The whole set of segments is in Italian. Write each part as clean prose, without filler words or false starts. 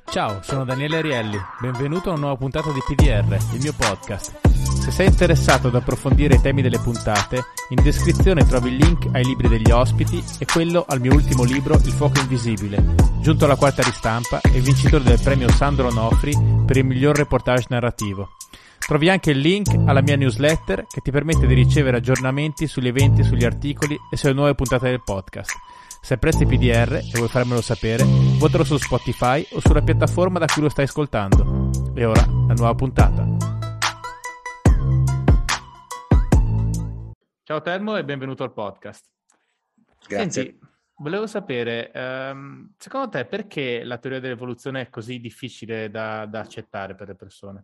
Ciao, sono Daniele Arielli, benvenuto a una nuova puntata di PDR, il mio podcast. Se sei interessato ad approfondire i temi delle puntate, in descrizione trovi il link ai libri degli ospiti e quello al mio ultimo libro Il fuoco invisibile, giunto alla quarta ristampa e vincitore del premio Sandro Onofri per il miglior reportage narrativo. Trovi anche il link alla mia newsletter che ti permette di ricevere aggiornamenti sugli eventi, sugli articoli e sulle nuove puntate del podcast. Se apprezzi PDR e vuoi farmelo sapere, votalo su Spotify o sulla piattaforma da cui lo stai ascoltando. E ora, la nuova puntata. Ciao Telmo e benvenuto al podcast. Grazie. Senti, volevo sapere, secondo te perché la teoria dell'evoluzione è così difficile da accettare per le persone?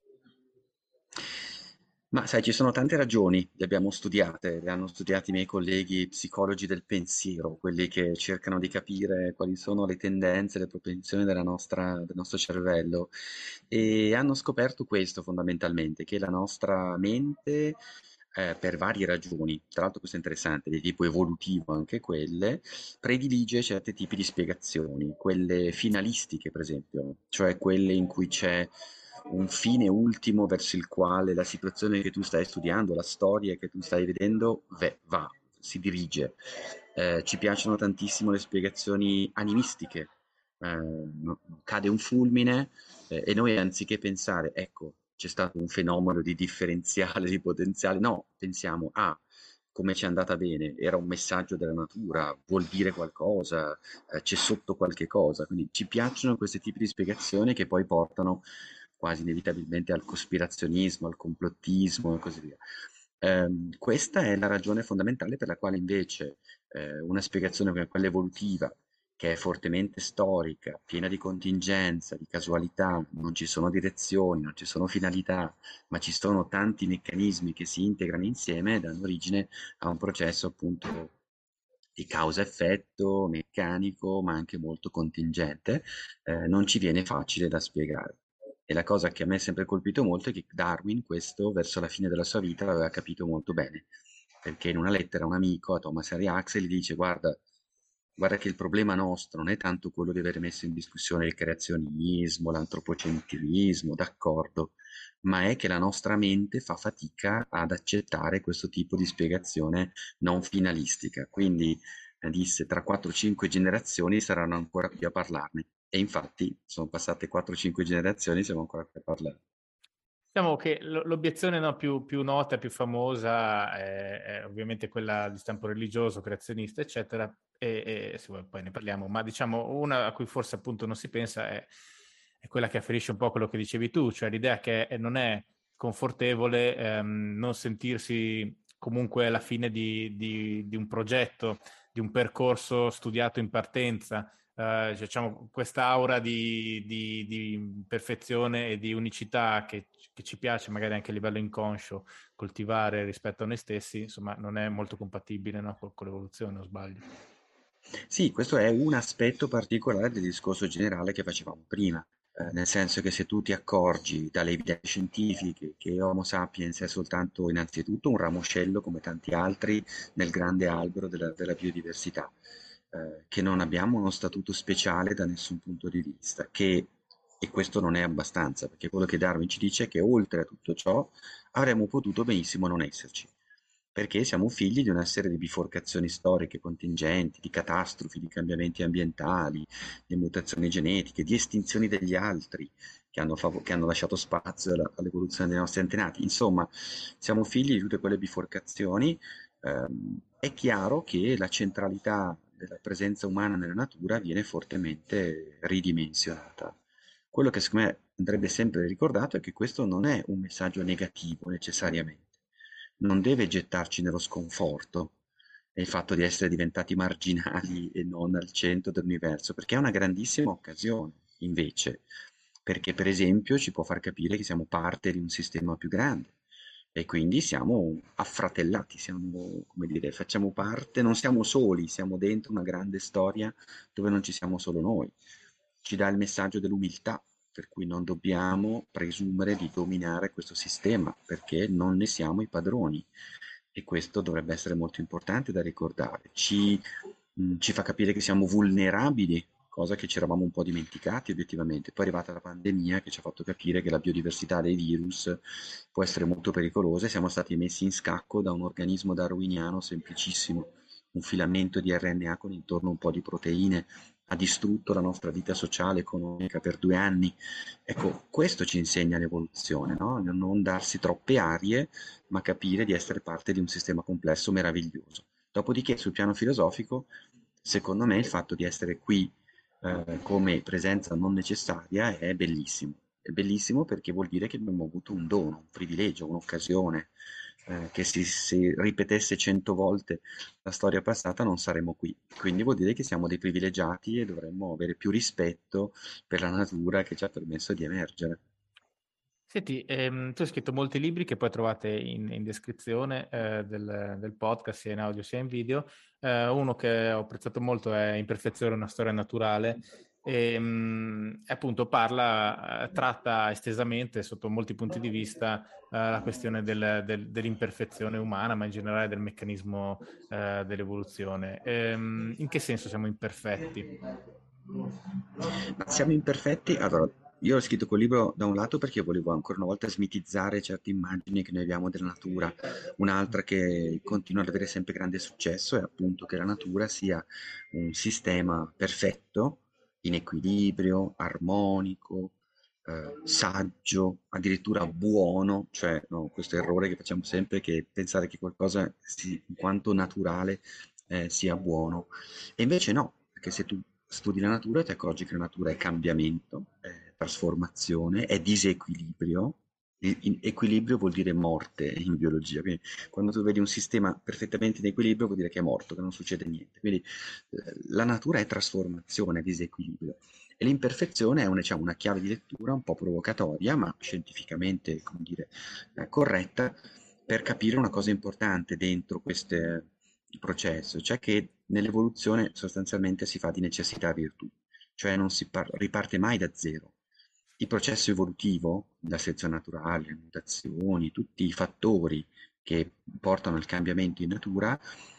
Ma sai, ci sono tante ragioni, le abbiamo studiate, le hanno studiate i miei colleghi psicologi del pensiero, quelli che cercano di capire quali sono le tendenze, le propensioni del nostro cervello e hanno scoperto questo fondamentalmente, che la nostra mente, per varie ragioni, tra l'altro questo è interessante, di tipo evolutivo anche quelle, predilige certi tipi di spiegazioni, quelle finalistiche per esempio, cioè quelle in cui c'è un fine ultimo verso il quale la situazione che tu stai studiando, la storia che tu stai vedendo, va, si dirige. Ci piacciono tantissimo le spiegazioni animistiche. Cade un fulmine e noi anziché pensare, ecco, c'è stato un fenomeno di differenziale, di potenziale, no, pensiamo, come ci è andata bene, era un messaggio della natura, vuol dire qualcosa, c'è sotto qualche cosa. Quindi ci piacciono questi tipi di spiegazioni che poi portano quasi inevitabilmente al cospirazionismo, al complottismo e così via. Questa è la ragione fondamentale per la quale invece una spiegazione come quella evolutiva, che è fortemente storica, piena di contingenza, di casualità, non ci sono direzioni, non ci sono finalità, ma ci sono tanti meccanismi che si integrano insieme e danno origine a un processo appunto di causa-effetto, meccanico, ma anche molto contingente, non ci viene facile da spiegare. E la cosa che a me ha sempre colpito molto è che Darwin questo verso la fine della sua vita l'aveva capito molto bene, perché in una lettera a un amico, a Thomas Henry Huxley, gli dice guarda che il problema nostro non è tanto quello di aver messo in discussione il creazionismo, l'antropocentrismo, d'accordo, ma è che la nostra mente fa fatica ad accettare questo tipo di spiegazione non finalistica. Quindi disse tra 4-5 generazioni saranno ancora qui a parlarne. E infatti sono passate 4-5 generazioni, siamo ancora qui a parlare. Diciamo che l'obiezione più nota, più famosa è ovviamente quella di stampo religioso, creazionista, eccetera, e se vuoi poi ne parliamo, ma diciamo una a cui forse appunto non si pensa è quella che afferisce un po' a quello che dicevi tu, cioè l'idea che non è confortevole non sentirsi comunque alla fine di un progetto, di un percorso studiato in partenza, diciamo, questa aura di perfezione e di unicità che ci piace magari anche a livello inconscio coltivare rispetto a noi stessi, insomma, non è molto compatibile, no, con l'evoluzione, o sbaglio? Sì, questo è un aspetto particolare del discorso generale che facevamo prima, nel senso che se tu ti accorgi dalle evidenze scientifiche che Homo sapiens è soltanto innanzitutto un ramoscello come tanti altri nel grande albero della biodiversità, che non abbiamo uno statuto speciale da nessun punto di vista, e questo non è abbastanza, perché quello che Darwin ci dice è che oltre a tutto ciò avremmo potuto benissimo non esserci perché siamo figli di una serie di biforcazioni storiche contingenti, di catastrofi, di cambiamenti ambientali, di mutazioni genetiche, di estinzioni degli altri che hanno lasciato spazio all'evoluzione dei nostri antenati. Insomma, siamo figli di tutte quelle biforcazioni. È chiaro che la centralità della presenza umana nella natura viene fortemente ridimensionata. Quello che secondo me andrebbe sempre ricordato è che questo non è un messaggio negativo necessariamente, non deve gettarci nello sconforto e il fatto di essere diventati marginali e non al centro dell'universo, perché è una grandissima occasione, invece, perché per esempio ci può far capire che siamo parte di un sistema più grande e quindi siamo affratellati, siamo, come dire, facciamo parte, non siamo soli, siamo dentro una grande storia dove non ci siamo solo noi. Ci dà il messaggio dell'umiltà, per cui non dobbiamo presumere di dominare questo sistema, perché non ne siamo i padroni. E questo dovrebbe essere molto importante da ricordare. Ci fa capire che siamo vulnerabili cosa che ci eravamo un po' dimenticati obiettivamente. Poi è arrivata la pandemia che ci ha fatto capire che la biodiversità dei virus può essere molto pericolosa e siamo stati messi in scacco da un organismo darwiniano semplicissimo, un filamento di RNA con intorno un po' di proteine. Ha distrutto la nostra vita sociale, economica per 2 anni. Ecco, questo ci insegna l'evoluzione, no? Non darsi troppe arie, ma capire di essere parte di un sistema complesso meraviglioso. Dopodiché, sul piano filosofico, secondo me il fatto di essere qui come presenza non necessaria è bellissimo. È bellissimo perché vuol dire che abbiamo avuto un dono, un privilegio, un'occasione, che si ripetesse 100 volte la storia passata non saremmo qui. Quindi vuol dire che siamo dei privilegiati e dovremmo avere più rispetto per la natura che ci ha permesso di emergere. Senti, tu hai scritto molti libri che poi trovate in descrizione del podcast, sia in audio sia in video. Uno che ho apprezzato molto è Imperfezione, una storia naturale, e appunto tratta estesamente, sotto molti punti di vista, la questione dell'imperfezione umana, ma in generale del meccanismo dell'evoluzione. In che senso siamo imperfetti? Ma siamo imperfetti? Allora, io ho scritto quel libro da un lato perché volevo ancora una volta smitizzare certe immagini che noi abbiamo della natura, un'altra che continua ad avere sempre grande successo è appunto che la natura sia un sistema perfetto, in equilibrio, armonico, saggio, addirittura buono, cioè no, questo errore che facciamo sempre che pensare che qualcosa in quanto naturale sia buono. E invece no, perché se tu studi la natura ti accorgi che la natura è cambiamento, è trasformazione, è disequilibrio. Equilibrio vuol dire morte in biologia, quindi quando tu vedi un sistema perfettamente in equilibrio vuol dire che è morto, che non succede niente. Quindi la natura è trasformazione, è disequilibrio. E l'imperfezione è diciamo, una chiave di lettura un po' provocatoria, ma scientificamente, come dire, corretta, per capire una cosa importante dentro questo processo, cioè che nell'evoluzione sostanzialmente si fa di necessità a virtù, cioè non si riparte mai da zero. Il processo evolutivo, la selezione naturale, le mutazioni, tutti i fattori che portano al cambiamento in natura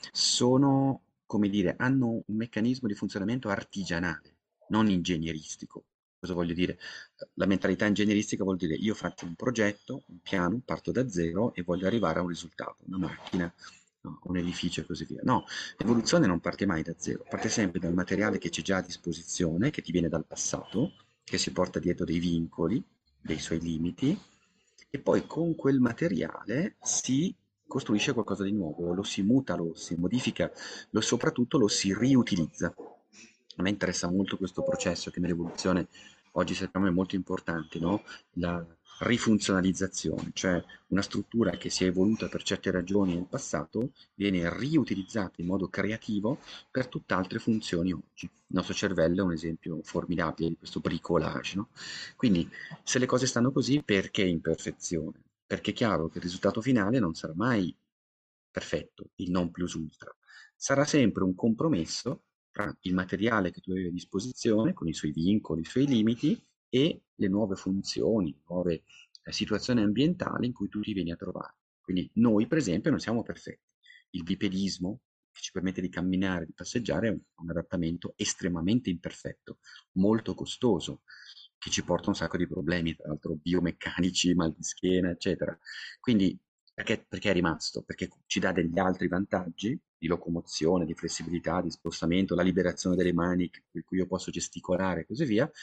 sono, come dire, hanno un meccanismo di funzionamento artigianale, non ingegneristico. Cosa voglio dire? La mentalità ingegneristica vuol dire io faccio un progetto, un piano, parto da zero e voglio arrivare a un risultato, una macchina, no, un edificio e così via. No, l'evoluzione non parte mai da zero, parte sempre dal materiale che c'è già a disposizione, che ti viene dal passato, che si porta dietro dei vincoli, dei suoi limiti, e poi con quel materiale si costruisce qualcosa di nuovo, lo si muta, lo si modifica, soprattutto lo si riutilizza. A me interessa molto questo processo che nell'evoluzione oggi sappiamo è molto importante, no? La rifunzionalizzazione, cioè una struttura che si è evoluta per certe ragioni nel passato viene riutilizzata in modo creativo per tutt'altre funzioni oggi. Il nostro cervello è un esempio formidabile di questo bricolage, no? Quindi se le cose stanno così, perché imperfezione? Perché è chiaro che il risultato finale non sarà mai perfetto, il non plus ultra. Sarà sempre un compromesso tra il materiale che tu avevi a disposizione, con i suoi vincoli, i suoi limiti, e le nuove funzioni, nuove situazioni ambientali in cui tu ti vieni a trovare. Quindi noi, per esempio, non siamo perfetti. Il bipedismo, che ci permette di camminare, di passeggiare, è un adattamento estremamente imperfetto, molto costoso, che ci porta un sacco di problemi, tra l'altro biomeccanici, mal di schiena, eccetera. Quindi perché è rimasto? Perché ci dà degli altri vantaggi di locomozione, di flessibilità, di spostamento, la liberazione delle mani per cui io posso gesticolare e così via,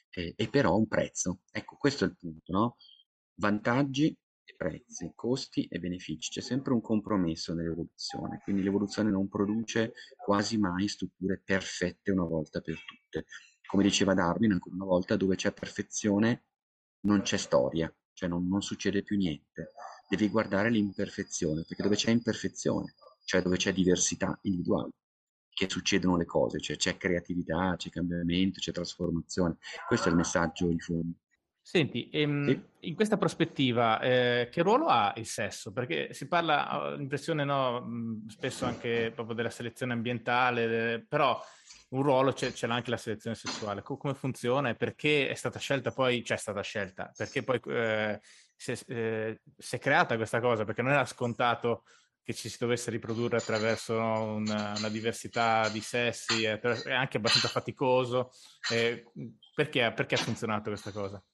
e però un prezzo. Ecco, questo è il punto, no? Vantaggi e prezzi, costi e benefici. C'è sempre un compromesso nell'evoluzione, quindi l'evoluzione non produce quasi mai strutture perfette una volta per tutte. Come diceva Darwin, ancora una volta, dove c'è perfezione non c'è storia, cioè non succede più niente. Devi guardare l'imperfezione, perché dove c'è imperfezione, cioè dove c'è diversità individuale, che succedono le cose, cioè c'è creatività, c'è cambiamento, c'è trasformazione. Questo è il messaggio in fondo. Senti, Sì? in questa prospettiva, che ruolo ha il sesso? Perché si parla, ho l'impressione, no, spesso anche proprio della selezione ambientale, però un ruolo ce l'ha anche la selezione sessuale. Come funziona e perché è stata scelta poi, cioè è stata scelta, perché poi si è creata questa cosa, perché non era scontato che ci si dovesse riprodurre attraverso una diversità di sessi, è anche abbastanza faticoso. Perché ha funzionato questa cosa?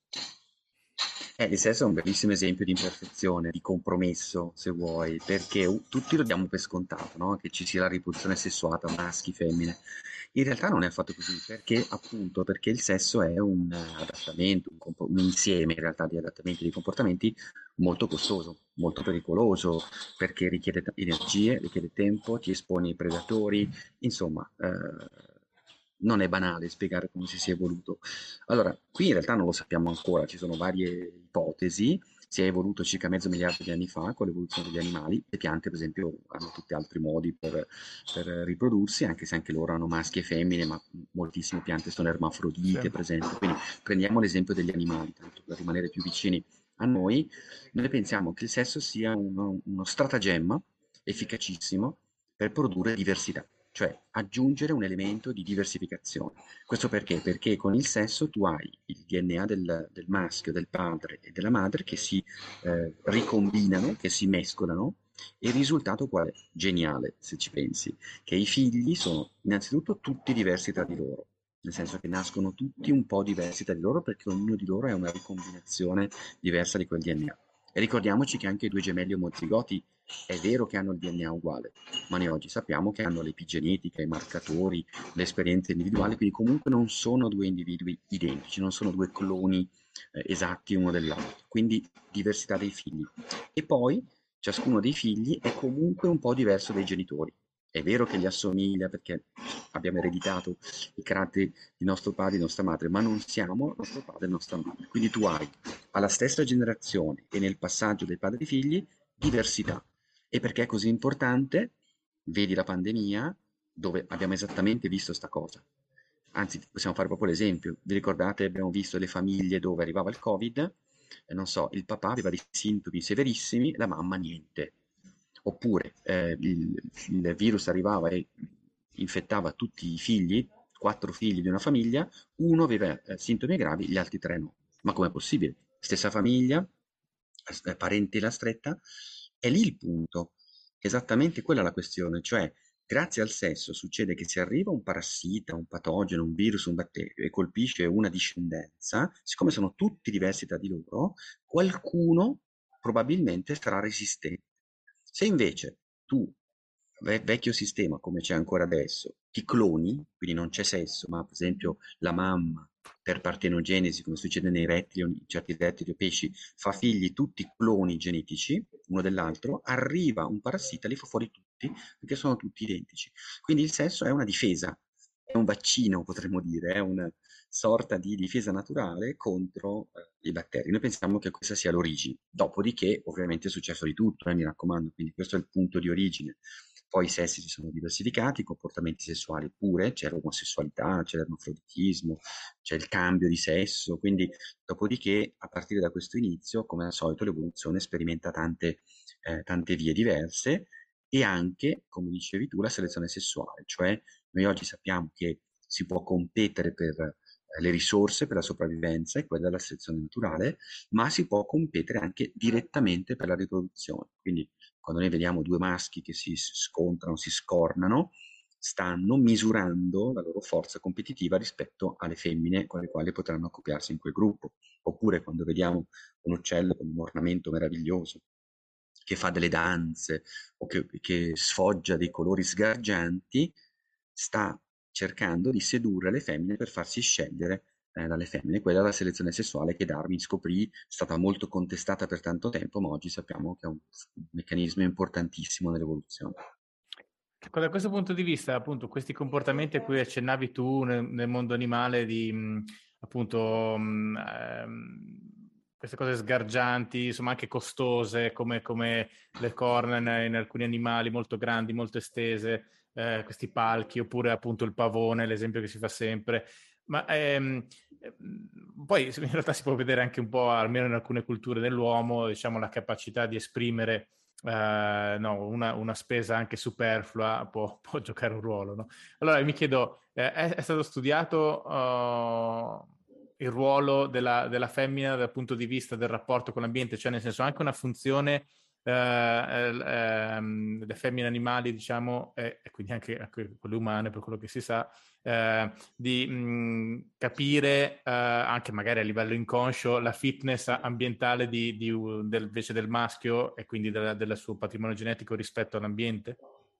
Il sesso è un bellissimo esempio di imperfezione, di compromesso, se vuoi, perché tutti lo diamo per scontato, no? Che ci sia la riproduzione sessuata, maschi, femmine. In realtà non è affatto così, perché appunto perché il sesso è un adattamento, un insieme in realtà di adattamenti e di comportamenti molto costoso, molto pericoloso, perché richiede energie, richiede tempo, ti esponi ai predatori, insomma, non è banale spiegare come si sia evoluto. Allora, qui in realtà non lo sappiamo ancora, ci sono varie ipotesi. Si è evoluto circa mezzo miliardo di anni fa con l'evoluzione degli animali. Le piante, per esempio, hanno tutti altri modi per riprodursi, anche se anche loro hanno maschi e femmine, ma moltissime piante sono Sì. ermafrodite, per esempio. Quindi prendiamo l'esempio degli animali, tanto per rimanere più vicini a noi. Noi pensiamo che il sesso sia uno stratagemma efficacissimo per produrre diversità, cioè aggiungere un elemento di diversificazione. Questo perché? Perché con il sesso tu hai il DNA del maschio, del padre e della madre che si ricombinano, che si mescolano, e il risultato qual è? Geniale, se ci pensi, che i figli sono innanzitutto tutti diversi tra di loro, nel senso che nascono tutti un po' diversi tra di loro perché ognuno di loro è una ricombinazione diversa di quel DNA. E ricordiamoci che anche i due gemelli omozigoti è vero che hanno il DNA uguale, ma noi oggi sappiamo che hanno l'epigenetica, i marcatori, le esperienze individuali, quindi comunque non sono due individui identici, non sono due cloni esatti uno dell'altro, quindi diversità dei figli. E poi ciascuno dei figli è comunque un po' diverso dai genitori. È vero che gli assomiglia perché abbiamo ereditato i caratteri di nostro padre e di nostra madre, ma non siamo nostro padre e nostra madre. Quindi tu hai alla stessa generazione e nel passaggio dei padri ai figli diversità. E perché è così importante? Vedi la pandemia, dove abbiamo esattamente visto sta cosa. Anzi, possiamo fare proprio l'esempio. Vi ricordate, abbiamo visto le famiglie dove arrivava il Covid, e non so, il papà aveva dei sintomi severissimi, la mamma niente. Oppure il virus arrivava e infettava tutti i figli, quattro figli di una famiglia, uno aveva sintomi gravi, gli altri tre no. Ma com'è possibile? Stessa famiglia, parentela stretta, è lì il punto. Esattamente quella è la questione, cioè grazie al sesso succede che se arriva un parassita, un patogeno, un virus, un batterio e colpisce una discendenza, siccome sono tutti diversi tra di loro, qualcuno probabilmente sarà resistente. Se invece tu, vecchio sistema come c'è ancora adesso, ti cloni, quindi non c'è sesso, ma per esempio la mamma per partenogenesi, come succede nei rettili, in certi rettili o pesci, fa figli tutti cloni genetici, uno dell'altro, arriva un parassita, li fa fuori tutti, perché sono tutti identici. Quindi il sesso è una difesa, è un vaccino, potremmo dire, è una sorta di difesa naturale contro i batteri. Noi pensiamo che questa sia l'origine. Dopodiché, ovviamente, è successo di tutto, mi raccomando, quindi questo è il punto di origine. Poi i sessi si sono diversificati, i comportamenti sessuali pure, c'è l'omosessualità, c'è l'ermafroditismo, c'è il cambio di sesso, quindi dopodiché a partire da questo inizio, come al solito, l'evoluzione sperimenta tante vie diverse e anche, come dicevi tu, la selezione sessuale, cioè noi oggi sappiamo che si può competere per le risorse, per la sopravvivenza e quella della selezione naturale, ma si può competere anche direttamente per la riproduzione. Quindi quando noi vediamo due maschi che si scontrano, si scornano, stanno misurando la loro forza competitiva rispetto alle femmine con le quali potranno accoppiarsi in quel gruppo. Oppure quando vediamo un uccello con un ornamento meraviglioso che fa delle danze o che sfoggia dei colori sgargianti, sta cercando di sedurre le femmine per farsi scegliere dalle femmine. Quella è la selezione sessuale che Darwin scoprì, è stata molto contestata per tanto tempo, ma oggi sappiamo che è un meccanismo importantissimo nell'evoluzione. Ecco, da questo punto di vista, appunto, questi comportamenti a cui accennavi tu nel mondo animale di, appunto, queste cose sgargianti, insomma anche costose, come le corna in alcuni animali molto grandi, molto estese, questi palchi, oppure appunto il pavone, l'esempio che si fa sempre. Ma poi in realtà si può vedere anche un po', almeno in alcune culture dell'uomo, diciamo, la capacità di esprimere no, una spesa anche superflua può giocare un ruolo, no? Allora mi chiedo, è stato studiato il ruolo della femmina dal punto di vista del rapporto con l'ambiente, cioè nel senso anche una funzione le femmine animali, diciamo, e quindi anche quelle umane, per quello che si sa, di capire anche magari a livello inconscio la fitness ambientale invece del maschio e quindi del suo patrimonio genetico rispetto all'ambiente?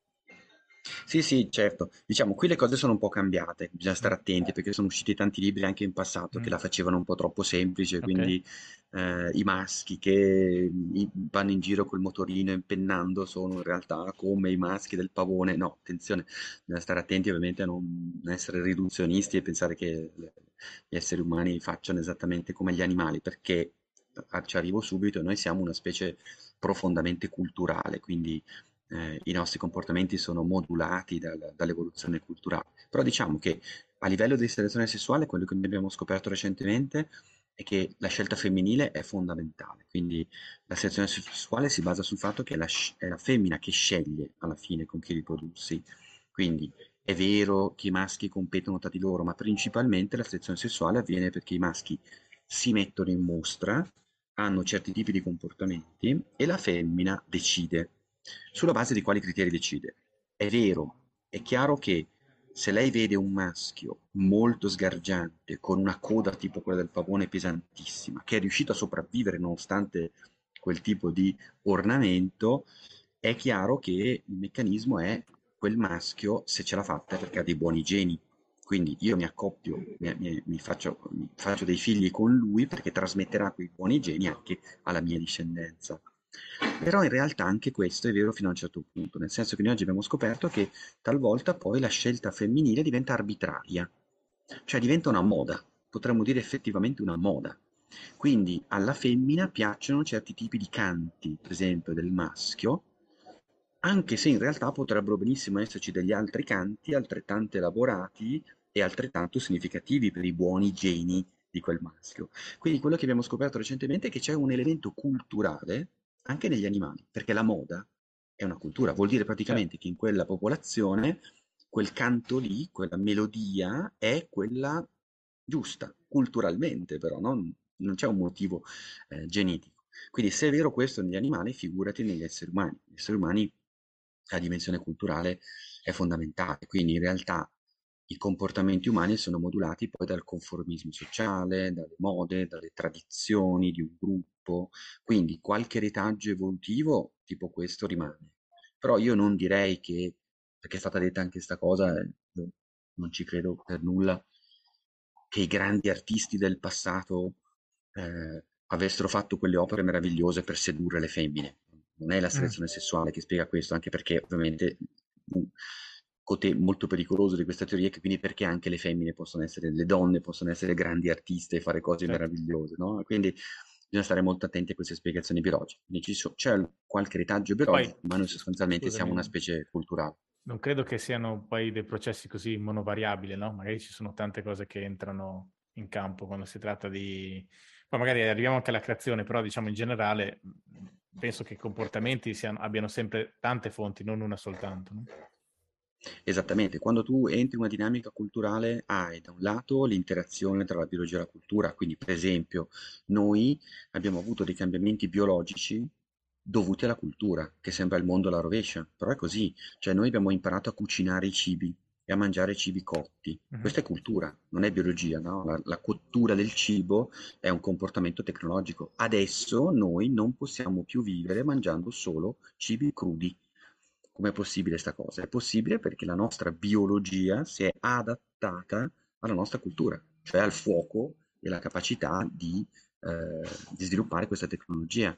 Sì, sì, certo. Diciamo, qui le cose sono un po' cambiate, bisogna Mm, stare attenti perché sono usciti tanti libri anche in passato che mm, la facevano un po' troppo semplice, ok, quindi i maschi che vanno in giro col motorino impennando sono in realtà come i maschi del pavone. No, attenzione, bisogna stare attenti ovviamente a non essere riduzionisti e pensare che gli esseri umani facciano esattamente come gli animali, perché ci arrivo subito, noi siamo una specie profondamente culturale, quindi i nostri comportamenti sono modulati dall'evoluzione culturale. Però diciamo che a livello di selezione sessuale, quello che noi abbiamo scoperto recentemente è che la scelta femminile è fondamentale. Quindi la selezione sessuale si basa sul fatto che è la femmina che sceglie alla fine con chi riprodursi. Quindi è vero che i maschi competono tra di loro, ma principalmente la selezione sessuale avviene perché i maschi si mettono in mostra, hanno certi tipi di comportamenti e la femmina decide. Sulla base di quali criteri decide? È vero, è chiaro che se lei vede un maschio molto sgargiante, con una coda tipo quella del pavone pesantissima, che è riuscito a sopravvivere nonostante quel tipo di ornamento, è chiaro che il meccanismo è quel maschio, se ce l'ha fatta, è perché ha dei buoni geni. Quindi io mi accoppio, mi faccio dei figli con lui perché trasmetterà quei buoni geni anche alla mia discendenza. Però in realtà anche questo è vero fino a un certo punto, nel senso che noi oggi abbiamo scoperto che talvolta poi la scelta femminile diventa arbitraria, cioè diventa una moda, potremmo dire effettivamente una moda. Quindi alla femmina piacciono certi tipi di canti, per esempio del maschio, anche se in realtà potrebbero benissimo esserci degli altri canti altrettanto elaborati e altrettanto significativi per i buoni geni di quel maschio. Quindi quello che abbiamo scoperto recentemente è che c'è un elemento culturale anche negli animali, perché la moda è una cultura, vuol dire certo. praticamente che in quella popolazione quel canto lì, quella melodia è quella giusta, culturalmente però, non c'è un motivo genetico. Quindi se è vero questo negli animali, figurati negli esseri umani. Gli esseri umani, la dimensione culturale è fondamentale, quindi in realtà i comportamenti umani sono modulati poi dal conformismo sociale, dalle mode, dalle tradizioni di un gruppo, quindi qualche retaggio evolutivo tipo questo rimane. Però io non direi che, perché è stata detta anche questa cosa, io non ci credo per nulla, che i grandi artisti del passato avessero fatto quelle opere meravigliose per sedurre le femmine. Non è la Mm, selezione sessuale che spiega questo, anche perché ovviamente un cote molto pericoloso di questa teoria è che quindi perché anche le femmine possono essere, le donne possono essere grandi artiste e fare cose certo. meravigliose, no? Quindi bisogna stare molto attenti a queste spiegazioni biologiche. Quindi c'è qualche retaggio Poi, biologico, ma noi sostanzialmente siamo una scusami, specie culturale. non credo che siano poi dei processi così monovariabili, no? Magari ci sono tante cose che entrano in campo quando si tratta di... Poi magari arriviamo anche alla creazione, però diciamo in generale penso che i comportamenti abbiano sempre tante fonti, non una soltanto, no? Esattamente, quando tu entri in una dinamica culturale hai da un lato l'interazione tra la biologia e la cultura, quindi per esempio noi abbiamo avuto dei cambiamenti biologici dovuti alla cultura, che sembra il mondo alla rovescia, però è così, cioè noi abbiamo imparato a cucinare i cibi e a mangiare cibi cotti. Mhm. Questa è cultura, non è biologia, no? La cottura del cibo è un comportamento tecnologico. Adesso noi non possiamo più vivere mangiando solo cibi crudi. Com'è possibile sta cosa? È possibile perché la nostra biologia si è adattata alla nostra cultura, cioè al fuoco e alla capacità di sviluppare questa tecnologia.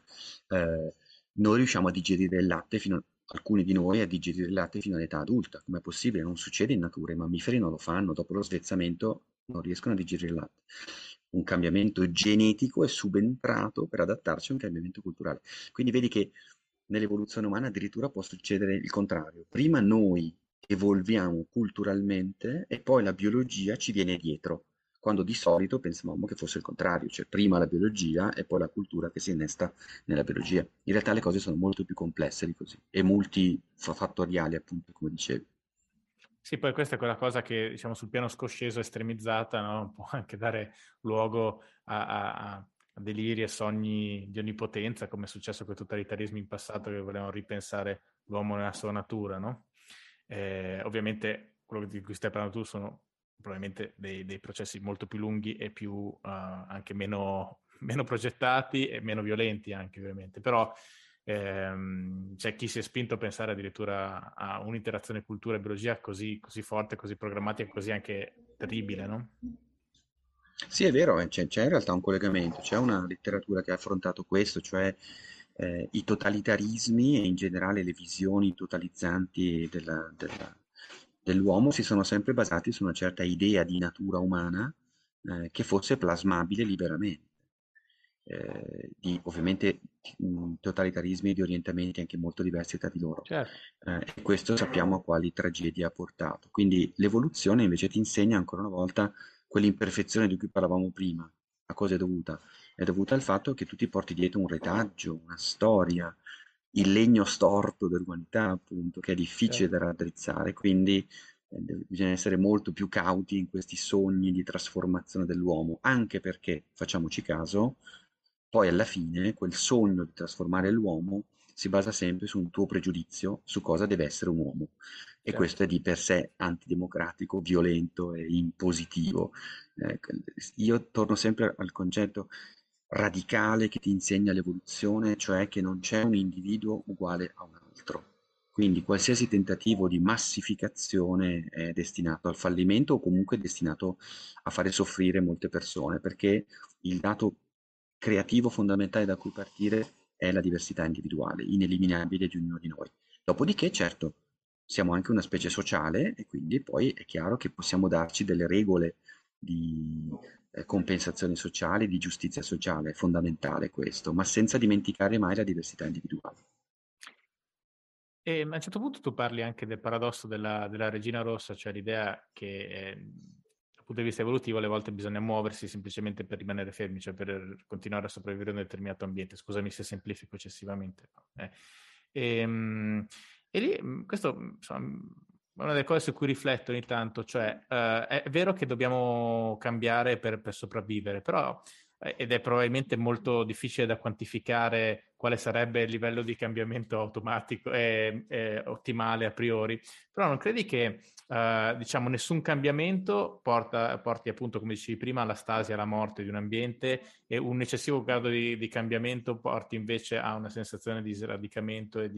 Noi riusciamo a digerire il latte alcuni di noi a digerire il latte fino all'età adulta. Com'è possibile? Non succede in natura, i mammiferi non lo fanno, dopo lo svezzamento non riescono a digerire il latte. Un cambiamento genetico è subentrato per adattarci a un cambiamento culturale. Quindi vedi che nell'evoluzione umana addirittura può succedere il contrario. Prima noi evolviamo culturalmente e poi la biologia ci viene dietro, quando di solito pensavamo che fosse il contrario, cioè prima la biologia e poi la cultura che si innesta nella biologia. In realtà le cose sono molto più complesse di così e multifattoriali, appunto, come dicevi. Sì, poi questa è quella cosa che, diciamo, sul piano scosceso estremizzata, no? Può anche dare luogo a deliri e sogni di onnipotenza, come è successo con i totalitarismi in passato che volevano ripensare l'uomo nella sua natura, no? Ovviamente quello di cui stai parlando tu sono probabilmente dei processi molto più lunghi e più anche meno progettati e meno violenti anche ovviamente, però c'è chi si è spinto a pensare addirittura a un'interazione cultura e biologia così forte, così programmatica, così anche terribile, no? Sì, è vero, c'è in realtà un collegamento, c'è una letteratura che ha affrontato questo, cioè i totalitarismi e in generale le visioni totalizzanti dell'uomo si sono sempre basati su una certa idea di natura umana che fosse plasmabile liberamente. Di ovviamente totalitarismi di orientamenti anche molto diversi tra di loro. Certo, E questo sappiamo a quali tragedie ha portato. Quindi l'evoluzione invece ti insegna ancora una volta quell'imperfezione di cui parlavamo prima. A cosa è dovuta? È dovuta al fatto che tu ti porti dietro un retaggio, una storia, il legno storto dell'umanità, appunto, che è difficile certo, da raddrizzare, quindi bisogna essere molto più cauti in questi sogni di trasformazione dell'uomo, anche perché, facciamoci caso, poi alla fine quel sogno di trasformare l'uomo si basa sempre su un tuo pregiudizio su cosa deve essere un uomo. E certo. questo è di per sé antidemocratico, violento e impositivo. Ecco, io torno sempre al concetto radicale che ti insegna l'evoluzione, cioè che non c'è un individuo uguale a un altro. Quindi qualsiasi tentativo di massificazione è destinato al fallimento o comunque destinato a fare soffrire molte persone, perché il dato creativo fondamentale da cui partire è la diversità individuale, ineliminabile di ognuno di noi. Dopodiché, certo, siamo anche una specie sociale e quindi poi è chiaro che possiamo darci delle regole di compensazione sociale, di giustizia sociale, è fondamentale questo, ma senza dimenticare mai la diversità individuale. A un certo punto tu parli anche del paradosso della regina rossa, cioè l'idea che dal punto di vista evolutivo alle volte bisogna muoversi semplicemente per rimanere fermi, cioè per continuare a sopravvivere in un determinato ambiente. Scusami se semplifico eccessivamente. E lì questo insomma, è una delle cose su cui rifletto ogni tanto, cioè è vero che dobbiamo cambiare per sopravvivere, però ed è probabilmente molto difficile da quantificare quale sarebbe il livello di cambiamento automatico e ottimale a priori, però non credi che diciamo nessun cambiamento porti appunto, come dicevi prima, alla stasi, alla morte di un ambiente e un eccessivo grado di cambiamento porti invece a una sensazione di sradicamento e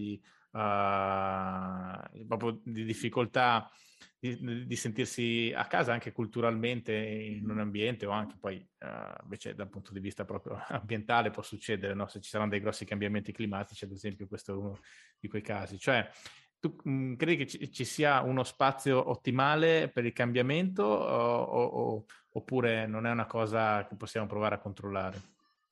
proprio di difficoltà di sentirsi a casa anche culturalmente in un ambiente o anche poi invece dal punto di vista proprio ambientale può succedere, no? Se ci saranno dei grossi cambiamenti climatici, ad esempio, questo è uno di quei casi. Cioè, tu credi che ci sia uno spazio ottimale per il cambiamento oppure non è una cosa che possiamo provare a controllare?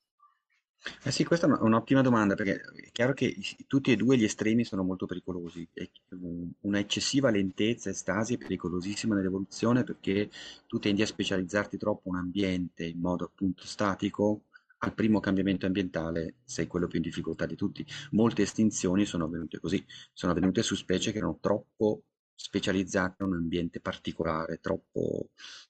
Eh sì, questa è un'ottima domanda perché è chiaro che tutti e due gli estremi sono molto pericolosi. E una eccessiva lentezza e stasi è pericolosissima nell'evoluzione perché tu tendi a specializzarti troppo un ambiente in modo appunto statico. Al primo cambiamento ambientale sei quello più in difficoltà di tutti. Molte estinzioni sono avvenute così, sono avvenute su specie che erano troppo specializzate in un ambiente particolare, troppo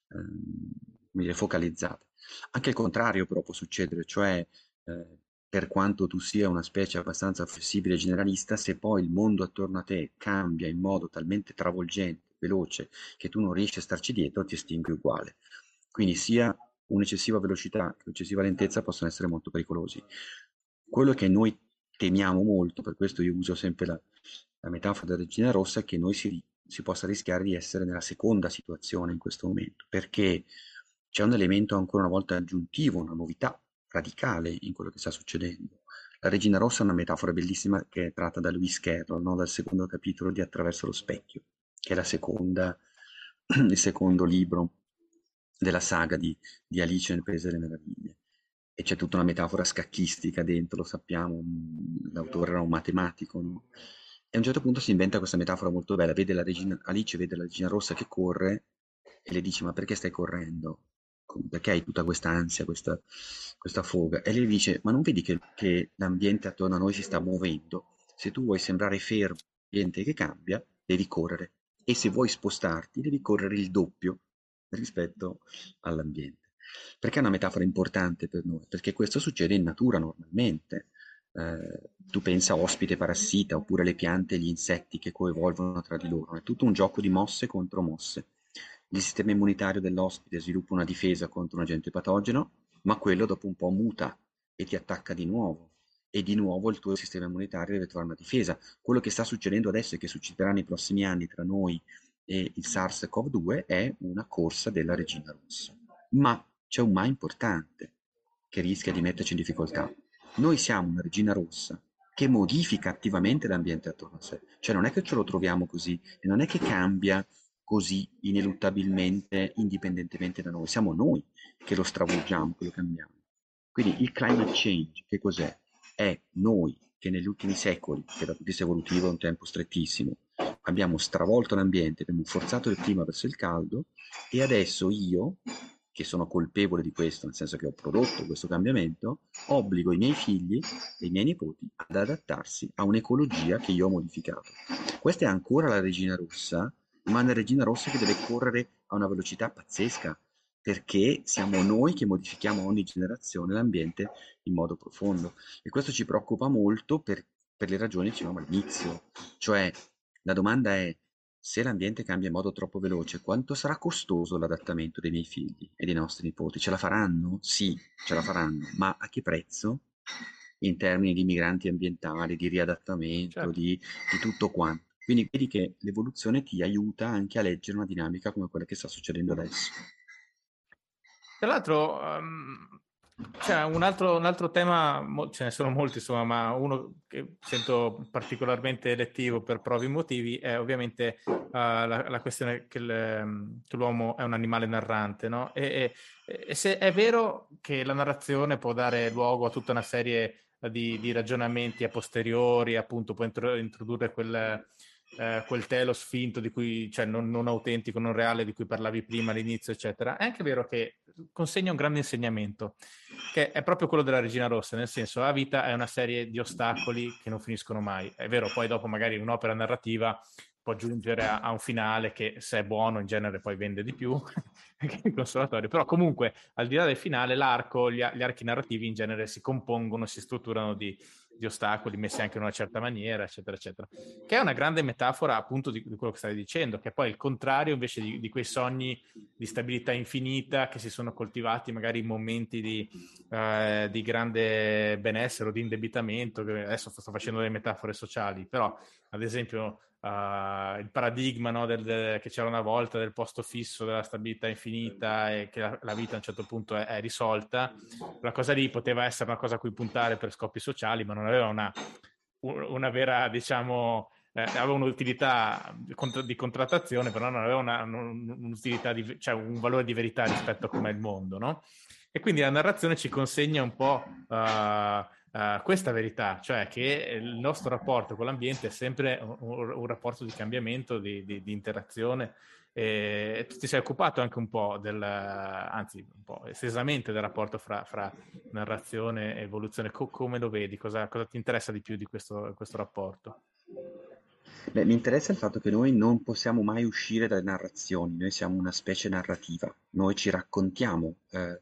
come dire, focalizzate. Anche il contrario però può succedere, cioè per quanto tu sia una specie abbastanza flessibile e generalista, se poi il mondo attorno a te cambia in modo talmente travolgente, veloce, che tu non riesci a starci dietro, ti estingui uguale. Quindi sia un'eccessiva velocità che un'eccessiva lentezza possono essere molto pericolosi. Quello che noi temiamo molto, per questo io uso sempre la metafora della regina rossa, è che noi si possa rischiare di essere nella seconda situazione in questo momento, perché c'è un elemento ancora una volta aggiuntivo, una novità radicale in quello che sta succedendo. La regina rossa è una metafora bellissima che è tratta da Lewis Carroll, no? Dal secondo capitolo di Attraverso lo specchio, che è il secondo libro della saga di Alice nel Paese delle Meraviglie. E c'è tutta una metafora scacchistica dentro, lo sappiamo, l'autore era un matematico, no? E a un certo punto si inventa questa metafora molto bella, Alice vede la regina rossa che corre e le dice ma perché stai correndo? Perché hai tutta questa ansia, questa foga? E lei dice ma non vedi che l'ambiente attorno a noi si sta muovendo? Se tu vuoi sembrare fermo, l'ambiente che cambia, devi correre. E se vuoi spostarti, devi correre il doppio rispetto all'ambiente. Perché è una metafora importante per noi? Perché questo succede in natura normalmente. Tu pensa a ospite parassita, oppure le piante e gli insetti che coevolvono tra di loro. È tutto un gioco di mosse contro mosse. Il sistema immunitario dell'ospite sviluppa una difesa contro un agente patogeno, ma quello dopo un po' muta e ti attacca di nuovo. E di nuovo il tuo sistema immunitario deve trovare una difesa. Quello che sta succedendo adesso e che succederà nei prossimi anni tra noi e il SARS-CoV-2 è una corsa della regina rossa. Ma c'è un ma importante che rischia di metterci in difficoltà. Noi siamo una regina rossa che modifica attivamente l'ambiente attorno a sé. Cioè non è che ce lo troviamo così e non è che cambia così ineluttabilmente, indipendentemente da noi. Siamo noi che lo stravolgiamo, che lo cambiamo. Quindi il climate change, che cos'è? È noi che negli ultimi secoli, che dal punto di vista evolutivo è un tempo strettissimo, abbiamo stravolto l'ambiente, abbiamo forzato il clima verso il caldo e adesso io, che sono colpevole di questo, nel senso che ho prodotto questo cambiamento, obbligo i miei figli e i miei nipoti ad adattarsi a un'ecologia che io ho modificato. Questa è ancora la regina rossa, ma una regina rossa che deve correre a una velocità pazzesca, perché siamo noi che modifichiamo ogni generazione l'ambiente in modo profondo. E questo ci preoccupa molto per le ragioni che dicevamo all'inizio. Cioè, la domanda è, se l'ambiente cambia in modo troppo veloce, quanto sarà costoso l'adattamento dei miei figli e dei nostri nipoti? Ce la faranno? Sì, ce la faranno, ma a che prezzo? In termini di migranti ambientali, di riadattamento, Certo. di tutto quanto. Quindi vedi che l'evoluzione ti aiuta anche a leggere una dinamica come quella che sta succedendo adesso. Tra l'altro, c'è un altro tema, ce ne sono molti, insomma, ma uno che sento particolarmente elettivo per provi motivi è ovviamente la questione che l'uomo è un animale narrante, no? E se è vero che la narrazione può dare luogo a tutta una serie di ragionamenti a posteriori, appunto, può introdurre quel telos finto di cui, cioè non autentico, non reale di cui parlavi prima all'inizio, eccetera. È anche vero che consegna un grande insegnamento, che è proprio quello della Regina Rossa, nel senso la vita è una serie di ostacoli che non finiscono mai. È vero, poi dopo magari un'opera narrativa può giungere a un finale che se è buono in genere poi vende di più, che è consolatorio, però comunque al di là del finale l'arco, gli archi narrativi in genere si compongono, si strutturano di ostacoli messi anche in una certa maniera, eccetera, eccetera. Che è una grande metafora appunto di quello che stavi dicendo, che è poi il contrario invece di quei sogni di stabilità infinita che si sono coltivati magari in momenti di grande benessere o di indebitamento, che adesso sto facendo delle metafore sociali, però ad esempio il paradigma, no, che c'era una volta del posto fisso, della stabilità infinita e che la vita a un certo punto è risolta, quella cosa lì poteva essere una cosa a cui puntare per scopi sociali, ma non aveva una vera, diciamo, aveva un'utilità di contrattazione, però non aveva un'utilità, cioè un valore di verità rispetto a com'è il mondo, no? E quindi la narrazione ci consegna un po' questa verità, cioè che il nostro rapporto con l'ambiente è sempre un rapporto di cambiamento, di interazione. E tu ti sei occupato anche un po' anzi un po' estesamente del rapporto fra narrazione e evoluzione. Come lo vedi? Cosa ti interessa di più di questo rapporto? Beh, mi interessa il fatto che noi non possiamo mai uscire dalle narrazioni, noi siamo una specie narrativa, noi ci raccontiamo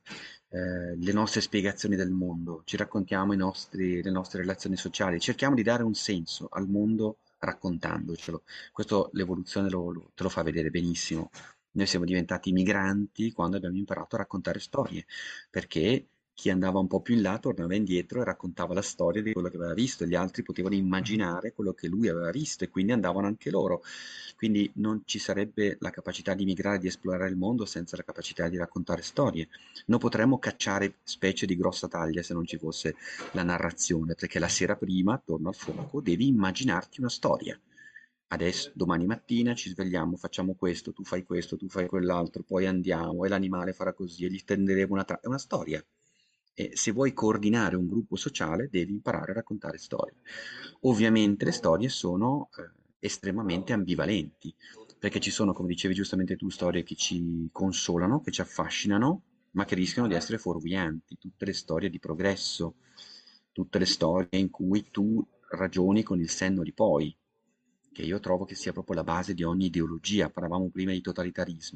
le nostre spiegazioni del mondo, ci raccontiamo le nostre relazioni sociali, cerchiamo di dare un senso al mondo raccontandocelo. Questo l'evoluzione te lo fa vedere benissimo. Noi siamo diventati migranti quando abbiamo imparato a raccontare storie, perché chi andava un po' più in là tornava indietro e raccontava la storia di quello che aveva visto, e gli altri potevano Mhm. immaginare quello che lui aveva visto e quindi andavano anche loro. Quindi non ci sarebbe la capacità di migrare, di esplorare il mondo senza la capacità di raccontare storie. Non potremmo cacciare specie di grossa taglia se non ci fosse la narrazione, perché la sera prima, attorno al fuoco, devi immaginarti una storia. Adesso, domani mattina ci svegliamo, facciamo questo, tu fai quell'altro, poi andiamo e l'animale farà così e gli tenderemo È una storia. E se vuoi coordinare un gruppo sociale, devi imparare a raccontare storie. Ovviamente le storie sono estremamente ambivalenti, perché ci sono, come dicevi giustamente tu, storie che ci consolano, che ci affascinano, ma che rischiano di essere fuorvianti. Tutte le storie di progresso, tutte le storie in cui tu ragioni con il senno di poi, che io trovo che sia proprio la base di ogni ideologia. Parlavamo prima di totalitarismi.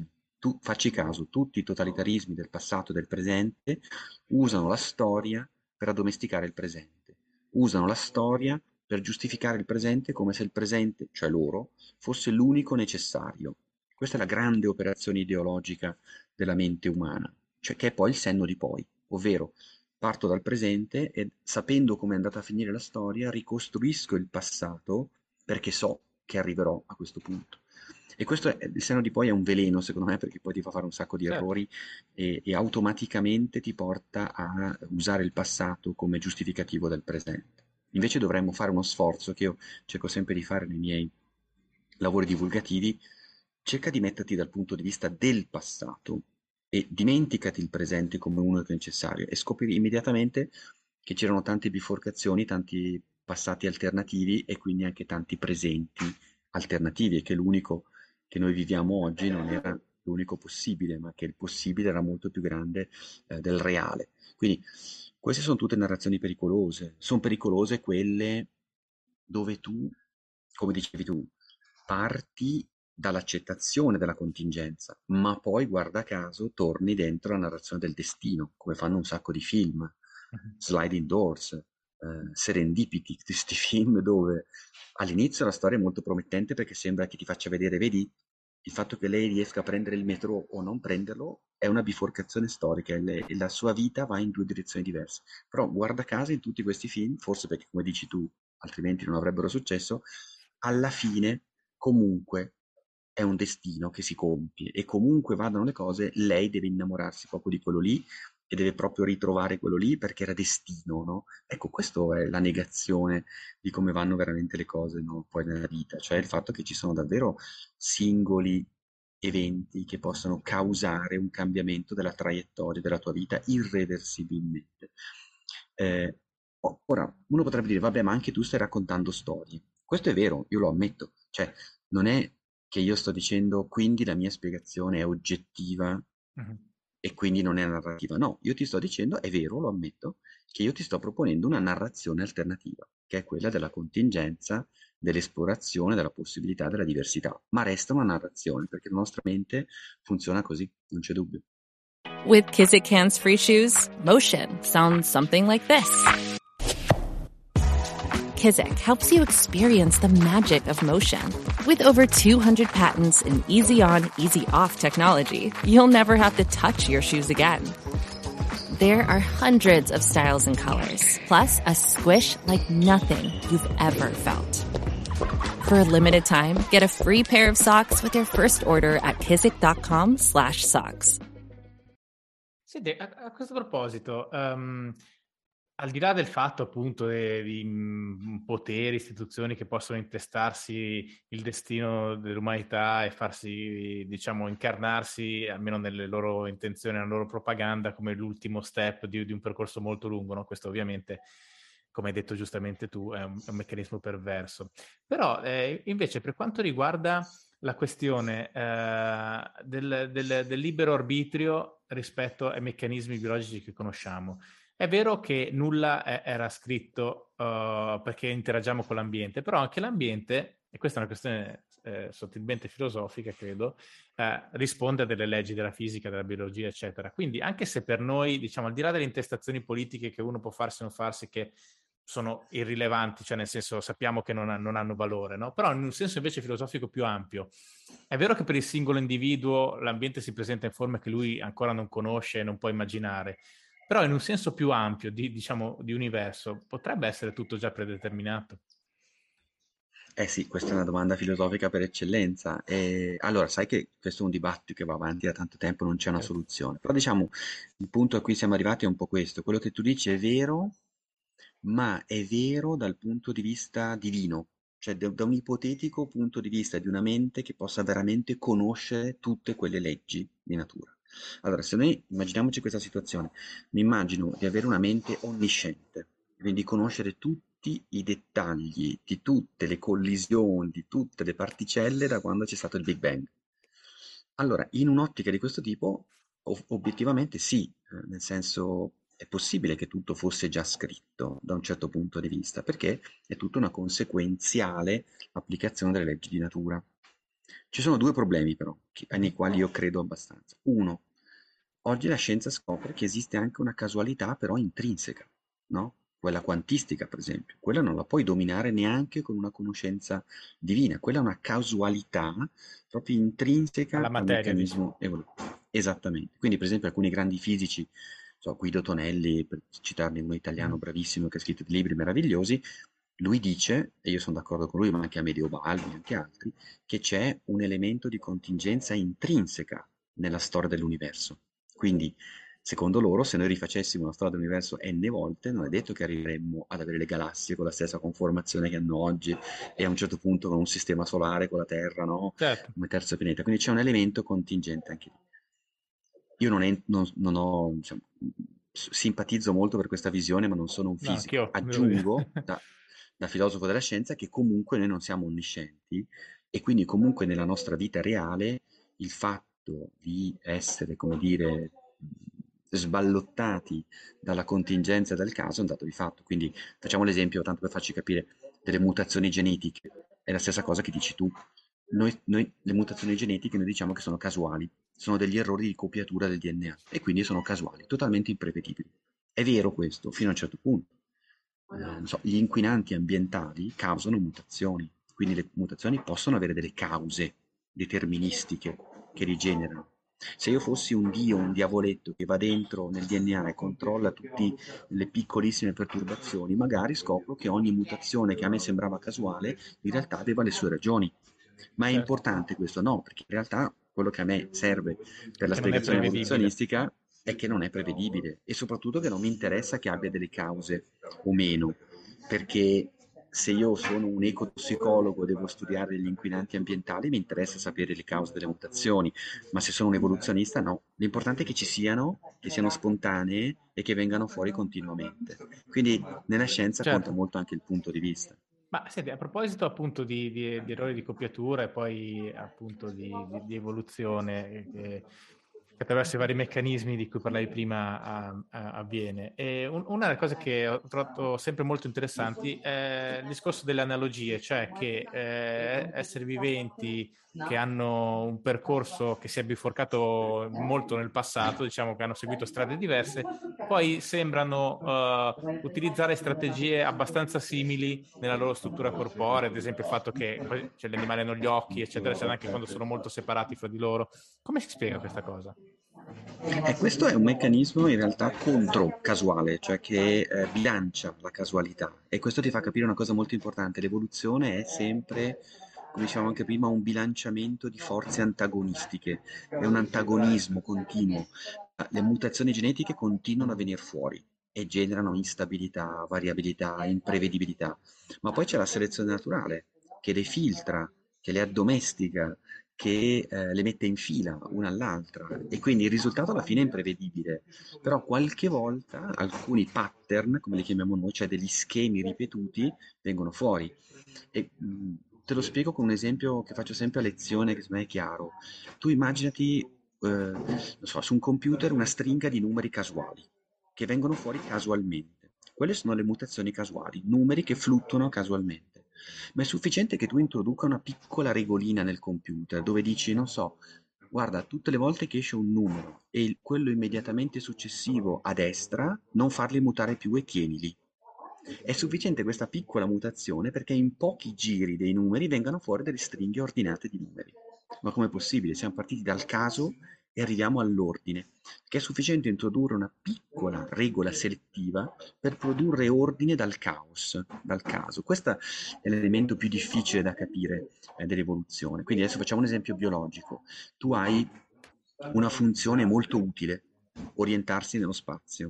facci caso, tutti i totalitarismi del passato e del presente usano la storia per addomesticare il presente, usano la storia per giustificare il presente come se il presente, cioè loro, fosse l'unico necessario. Questa è la grande operazione ideologica della mente umana, cioè che è poi il senno di poi, ovvero parto dal presente e sapendo come è andata a finire la storia, ricostruisco il passato perché so che arriverò a questo punto. E questo è, il senno di poi è un veleno, secondo me, perché poi ti fa fare un sacco di Certo. errori e automaticamente ti porta a usare il passato come giustificativo del presente. Invece dovremmo fare uno sforzo che io cerco sempre di fare nei miei lavori divulgativi, cerca di metterti dal punto di vista del passato e dimenticati il presente come unico necessario e scopri immediatamente che c'erano tante biforcazioni, tanti passati alternativi e quindi anche tanti presenti alternativi e che l'unico che noi viviamo oggi non era l'unico possibile, ma che il possibile era molto più grande del reale. Quindi queste sono tutte narrazioni pericolose. Sono pericolose quelle dove tu, come dicevi tu, parti dall'accettazione della contingenza, ma poi, guarda caso, torni dentro la narrazione del destino, come fanno un sacco di film, Mhm. Sliding Doors, Serendipity, questi film dove all'inizio la storia è molto promettente perché sembra che ti faccia vedere, vedi, il fatto che lei riesca a prendere il metro o non prenderlo è una biforcazione storica e la sua vita va in due direzioni diverse. Però guarda caso in tutti questi film, forse perché come dici tu, altrimenti non avrebbero successo, alla fine comunque è un destino che si compie e comunque vadano le cose, lei deve innamorarsi proprio di quello lì e deve proprio ritrovare quello lì perché era destino, no? Ecco, questa è la negazione di come vanno veramente le cose, no? Poi nella vita, cioè il fatto che ci sono davvero singoli eventi che possono causare un cambiamento della traiettoria della tua vita irreversibilmente. Eh, ora, uno potrebbe dire, vabbè, ma anche tu stai raccontando storie. Questo è vero, io lo ammetto, cioè non è che io sto dicendo quindi la mia spiegazione è oggettiva Mhm. e quindi non è narrativa. No, io ti sto dicendo, è vero, lo ammetto, che io ti sto proponendo una narrazione alternativa, che è quella della contingenza, dell'esplorazione, della possibilità, della diversità. Ma resta una narrazione, perché la nostra mente funziona così, non c'è dubbio. With Kizik Hands Free Shoes, motion sounds something like this. Kizik helps you experience the magic of motion. With over 200 patents and easy on, easy off technology, you'll never have to touch your shoes again. There are hundreds of styles and colors, plus a squish like nothing you've ever felt. For a limited time, get a free pair of socks with your first order at kizik.com/socks. Senti, a questo proposito, al di là del fatto appunto di poteri, istituzioni che possono intestarsi il destino dell'umanità e farsi, diciamo, incarnarsi, almeno nelle loro intenzioni, nella loro propaganda, come l'ultimo step di un percorso molto lungo, no? Questo ovviamente, come hai detto giustamente tu, è un meccanismo perverso. Però invece per quanto riguarda la questione del libero arbitrio rispetto ai meccanismi biologici che conosciamo. È vero che nulla era scritto perché interagiamo con l'ambiente, però anche l'ambiente, e questa è una questione sottilmente filosofica, credo, risponde a delle leggi della fisica, della biologia, eccetera. Quindi anche se per noi, diciamo, al di là delle intestazioni politiche che uno può farsi o non farsi, che sono irrilevanti, cioè nel senso sappiamo che non hanno valore, no? Però in un senso invece filosofico più ampio, è vero che per il singolo individuo l'ambiente si presenta in forme che lui ancora non conosce e non può immaginare, però in un senso più ampio, diciamo, di universo, potrebbe essere tutto già predeterminato. Eh sì, questa è una domanda filosofica per eccellenza. E allora, sai che questo è un dibattito che va avanti da tanto tempo, non c'è una Certo. soluzione. Però diciamo, il punto a cui siamo arrivati è un po' questo. Quello che tu dici è vero, ma è vero dal punto di vista divino, cioè da un ipotetico punto di vista di una mente che possa veramente conoscere tutte quelle leggi di natura. Allora, se noi immaginiamoci questa situazione, mi immagino di avere una mente onnisciente, quindi conoscere tutti i dettagli di tutte le collisioni, di tutte le particelle da quando c'è stato il Big Bang. Allora, in un'ottica di questo tipo, obiettivamente sì, nel senso è possibile che tutto fosse già scritto da un certo punto di vista, perché è tutta una conseguenziale applicazione delle leggi di natura. Ci sono due problemi però, nei quali io credo abbastanza. Uno, oggi la scienza scopre che esiste anche una casualità però intrinseca, no? Quella quantistica, per esempio. Quella non la puoi dominare neanche con una conoscenza divina. Quella è una casualità proprio Alla intrinseca al materia, dici. meccanismo evolutivo. Esattamente. Quindi, per esempio, alcuni grandi fisici, so, Guido Tonelli, per citarne uno italiano Mhm. bravissimo che ha scritto dei libri meravigliosi, lui dice, e io sono d'accordo con lui, ma anche Amedeo Balbi, anche altri, che c'è un elemento di contingenza intrinseca nella storia dell'universo. Quindi, secondo loro, se noi rifacessimo la storia dell'universo n volte, non è detto che arriveremmo ad avere le galassie con la stessa conformazione che hanno oggi e a un certo punto con un sistema solare, con la Terra, no? Certo. Come terzo pianeta. Quindi c'è un elemento contingente anche lì. Io non ho, diciamo, simpatizzo molto per questa visione, ma non sono un No, fisico. anch'io, devo dire. Aggiungo, da filosofo della scienza, che comunque noi non siamo onniscienti e quindi comunque nella nostra vita reale il fatto di essere, come dire, sballottati dalla contingenza del caso è un dato di fatto. Quindi facciamo l'esempio, tanto per farci capire, delle mutazioni genetiche. È la stessa cosa che dici tu. Le mutazioni genetiche noi diciamo che sono casuali, sono degli errori di copiatura del DNA e quindi sono casuali, totalmente imprevedibili. È vero questo, fino a un certo punto. Non so, gli inquinanti ambientali causano mutazioni, quindi le mutazioni possono avere delle cause deterministiche che li generano. Se io fossi un dio, un diavoletto che va dentro nel DNA e controlla tutte le piccolissime perturbazioni, magari scopro che ogni mutazione che a me sembrava casuale in realtà aveva le sue ragioni. Ma è Certo, importante questo? No, perché in realtà quello che a me serve per la che non è spiegazione prevedibile. evoluzionistica è che non è prevedibile e soprattutto che non mi interessa che abbia delle cause o meno, perché se io sono un ecotossicologo e devo studiare gli inquinanti ambientali, mi interessa sapere le cause delle mutazioni, ma se sono un evoluzionista no. L'importante è che siano spontanee e che vengano fuori continuamente. Quindi nella scienza conta Certo. molto anche il punto di vista. Ma senti, a proposito appunto di errori di copiatura e poi appunto di evoluzione che attraverso i vari meccanismi di cui parlavi prima avviene. E una delle cose che ho trovato sempre molto interessanti è il discorso delle analogie, cioè che esseri viventi che hanno un percorso che si è biforcato molto nel passato, diciamo che hanno seguito strade diverse, poi sembrano utilizzare strategie abbastanza simili nella loro struttura corporea, ad esempio il fatto che poi cioè, gli animali hanno gli occhi, eccetera, eccetera, anche quando sono molto separati fra di loro. Come si spiega questa cosa? E questo è un meccanismo in realtà contro casuale, cioè che bilancia la casualità. E questo ti fa capire una cosa molto importante: l'evoluzione è sempre, come dicevamo anche prima, un bilanciamento di forze antagonistiche, è un antagonismo continuo. Le mutazioni genetiche continuano a venire fuori e generano instabilità, variabilità, imprevedibilità. Ma poi c'è la selezione naturale che le filtra, che le addomestica, che le mette in fila una all'altra e quindi il risultato alla fine è imprevedibile, però qualche volta alcuni pattern, come li chiamiamo noi, cioè degli schemi ripetuti, vengono fuori. E, te lo spiego con un esempio che faccio sempre a lezione, che secondo me è chiaro. Tu immaginati, non so, su un computer una stringa di numeri casuali che vengono fuori casualmente. Quelle sono le mutazioni casuali, numeri che fluttuano casualmente. Ma è sufficiente che tu introduca una piccola regolina nel computer dove dici, non so, guarda, tutte le volte che esce un numero e quello immediatamente successivo a destra, non farli mutare più e tienili. È sufficiente questa piccola mutazione perché in pochi giri dei numeri vengano fuori delle stringhe ordinate di numeri. Ma com'è possibile? Siamo partiti dal caso e arriviamo all'ordine, che è sufficiente introdurre una piccola regola selettiva per produrre ordine dal caos, dal caso. Questo è l'elemento più difficile da capire dell'evoluzione. Quindi adesso facciamo un esempio biologico. Tu hai una funzione molto utile, orientarsi nello spazio,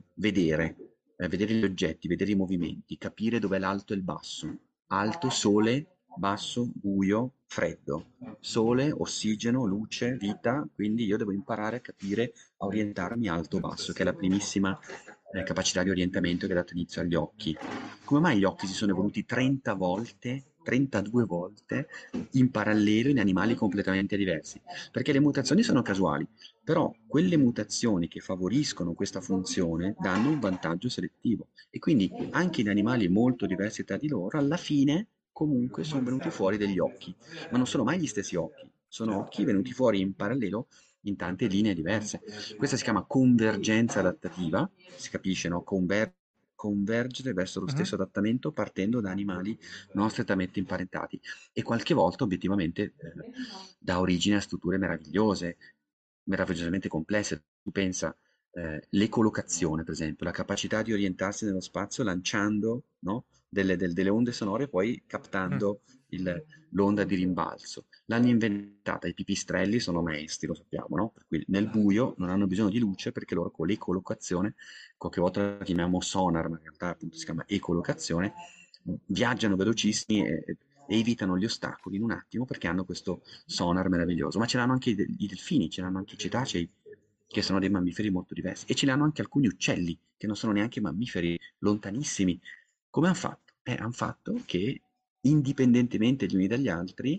vedere gli oggetti, vedere i movimenti, capire dov'è l'alto e il basso. Alto, sole, basso, buio, freddo. Sole, ossigeno, luce, vita, quindi io devo imparare a capire, a orientarmi alto-basso, che è la primissima capacità di orientamento che ha dato inizio agli occhi. Come mai gli occhi si sono evoluti 30 volte, 32 volte in parallelo in animali completamente diversi? Perché le mutazioni sono casuali, però quelle mutazioni che favoriscono questa funzione danno un vantaggio selettivo e quindi anche in animali molto diversi tra di loro, alla fine comunque sono venuti fuori degli occhi, ma non sono mai gli stessi occhi, sono occhi venuti fuori in parallelo in tante linee diverse. Questa si chiama convergenza adattativa, si capisce, no? Convergere verso lo stesso Mhm. adattamento partendo da animali non strettamente imparentati e qualche volta obiettivamente dà origine a strutture meravigliose, meravigliosamente complesse. Tu pensa l'ecolocazione, per esempio, la capacità di orientarsi nello spazio lanciando, no, delle onde sonore, poi Mm. captando l'onda di rimbalzo. L'hanno inventata, i pipistrelli sono maestri, lo sappiamo, no? Per cui nel buio non hanno bisogno di luce perché loro con l'ecolocazione, qualche volta la chiamiamo sonar, ma in realtà appunto si chiama ecolocazione, viaggiano velocissimi e evitano gli ostacoli in un attimo perché hanno questo sonar meraviglioso. Ma ce l'hanno anche i delfini, ce l'hanno anche i cetacei, che sono dei mammiferi molto diversi, e ce l'hanno anche alcuni uccelli, che non sono neanche mammiferi, lontanissimi. Come hanno fatto? Han fatto che, indipendentemente gli uni dagli altri,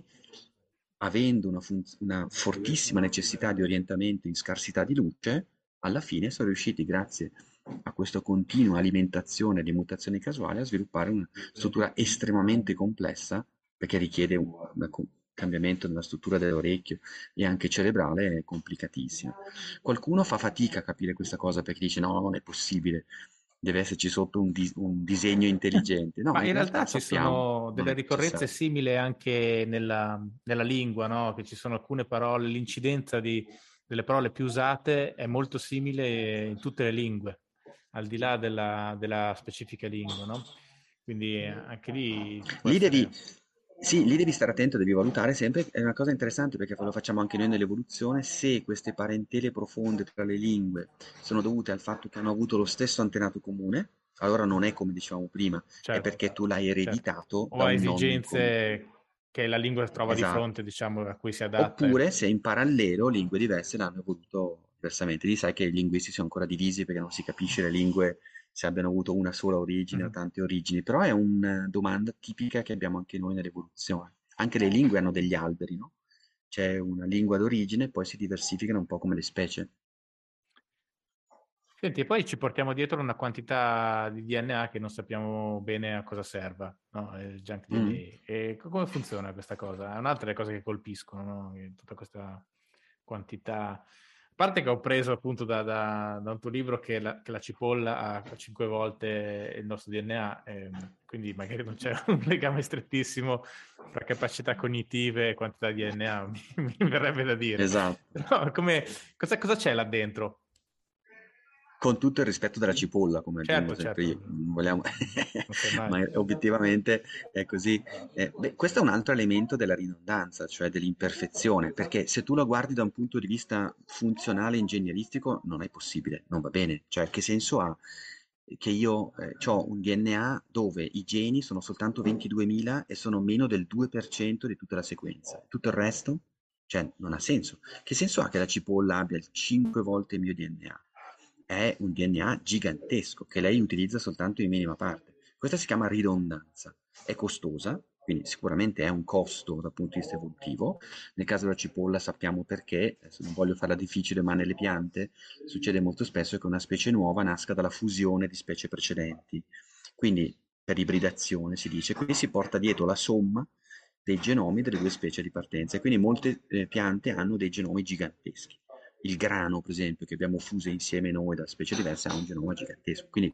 avendo una fortissima necessità di orientamento in scarsità di luce, alla fine sono riusciti, grazie a questa continua alimentazione di mutazioni casuali, a sviluppare una struttura estremamente complessa, perché richiede un cambiamento nella struttura dell'orecchio e anche cerebrale complicatissima. Qualcuno fa fatica a capire questa cosa perché dice no, non è possibile, deve esserci sotto un disegno intelligente. No, Ma in in realtà realtà ci sappiamo, sono non delle è ricorrenze necessario. simili anche nella lingua, no? Che ci sono alcune parole, l'incidenza delle parole più usate è molto simile in tutte le lingue, al di là della specifica lingua, no? Quindi anche lì ci può Lì devi, essere... sì, lì devi stare attento, devi valutare sempre, è una cosa interessante perché lo facciamo anche noi nell'evoluzione, se queste parentele profonde tra le lingue sono dovute al fatto che hanno avuto lo stesso antenato comune, allora non è come dicevamo prima, è Certo, perché tu l'hai certo. ereditato O da ha un nonno in comune. esigenze che la lingua trova di Esatto. fronte, diciamo, a cui si adatta. Oppure se in parallelo lingue diverse l'hanno evoluto diversamente. Lì sai che i linguisti sono ancora divisi perché non si capisce le lingue se abbiano avuto una sola origine o Mhm. tante origini, però è una domanda tipica che abbiamo anche noi nell'evoluzione. Anche le lingue hanno degli alberi, no? C'è una lingua d'origine e poi si diversificano un po' come le specie. Senti, e poi ci portiamo dietro una quantità di DNA che non sappiamo bene a cosa serva, no? Il junk Mm. DNA. E come funziona questa cosa? È un'altra delle cose che colpiscono, no? Tutta questa quantità. A parte che ho preso appunto da un tuo libro che la cipolla ha 5 volte il nostro DNA, quindi magari non c'è un legame strettissimo tra capacità cognitive e quantità di DNA, mi verrebbe da dire. Esatto. Però cosa c'è là dentro? Con tutto il rispetto della cipolla, come aggiungo Certo, sempre io, certo, non vogliamo... non sai mai. ma obiettivamente è così. Beh, questo è un altro elemento della ridondanza, cioè dell'imperfezione, perché se tu la guardi da un punto di vista funzionale, ingegneristico, non è possibile, non va bene. Cioè, che senso ha che io ho un DNA dove i geni sono soltanto 22.000 e sono meno del 2% di tutta la sequenza? Tutto il resto? Cioè, non ha senso. Che senso ha che la cipolla abbia il 5 volte il mio DNA? È un DNA gigantesco che lei utilizza soltanto in minima parte. Questa si chiama ridondanza. È costosa, quindi sicuramente è un costo dal punto di vista evolutivo. Nel caso della cipolla sappiamo perché, adesso non voglio farla difficile, ma nelle piante succede molto spesso che una specie nuova nasca dalla fusione di specie precedenti. Quindi per ibridazione si dice, quindi si porta dietro la somma dei genomi delle due specie di partenza e quindi molte piante hanno dei genomi giganteschi. Il grano, per esempio, che abbiamo fuso insieme noi da specie diverse, ha un genoma gigantesco, quindi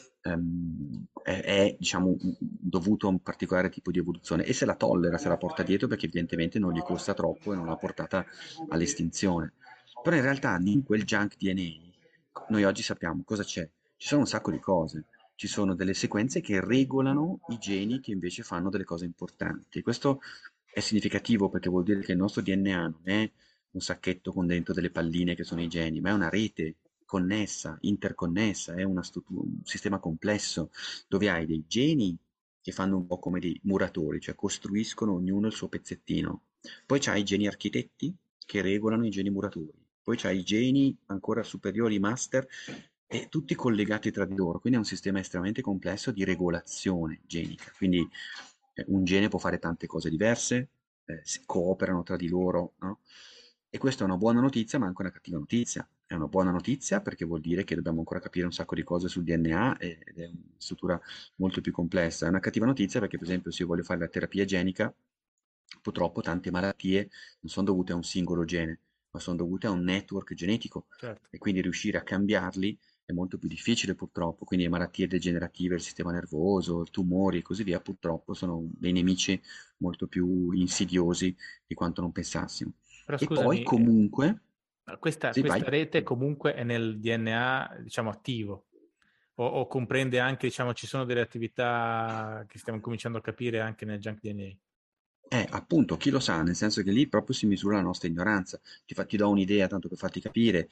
diciamo, dovuto a un particolare tipo di evoluzione e se la tollera, se la porta dietro perché evidentemente non gli costa troppo e non l'ha portata all'estinzione. Però in realtà in quel junk DNA noi oggi sappiamo cosa c'è. Ci sono un sacco di cose, ci sono delle sequenze che regolano i geni che invece fanno delle cose importanti. Questo è significativo perché vuol dire che il nostro DNA non è un sacchetto con dentro delle palline che sono i geni, ma è una rete connessa, interconnessa, è un sistema complesso dove hai dei geni che fanno un po' come dei muratori, cioè costruiscono ognuno il suo pezzettino. Poi c'hai i geni architetti che regolano i geni muratori. Poi c'hai i geni ancora superiori, master, e tutti collegati tra di loro, quindi è un sistema estremamente complesso di regolazione genica. Quindi un gene può fare tante cose diverse, si cooperano tra di loro, no? E questa è una buona notizia, ma anche una cattiva notizia. È una buona notizia perché vuol dire che dobbiamo ancora capire un sacco di cose sul DNA ed è una struttura molto più complessa. È una cattiva notizia perché, per esempio, se io voglio fare la terapia genica, Purtroppo tante malattie non sono dovute a un singolo gene, ma sono dovute a un network genetico certo. e quindi riuscire a cambiarli è molto più difficile purtroppo. Quindi le malattie degenerative del sistema nervoso, i tumori e così via, purtroppo sono dei nemici molto più insidiosi di quanto non pensassimo. Però E poi scusami, comunque, questa, sì, vai. questa rete comunque è nel DNA, diciamo, attivo, o comprende anche, diciamo, ci sono delle attività che stiamo cominciando a capire anche nel junk DNA. Appunto, chi lo sa, nel senso che lì proprio si misura la nostra ignoranza. Ti do un'idea, tanto per farti capire,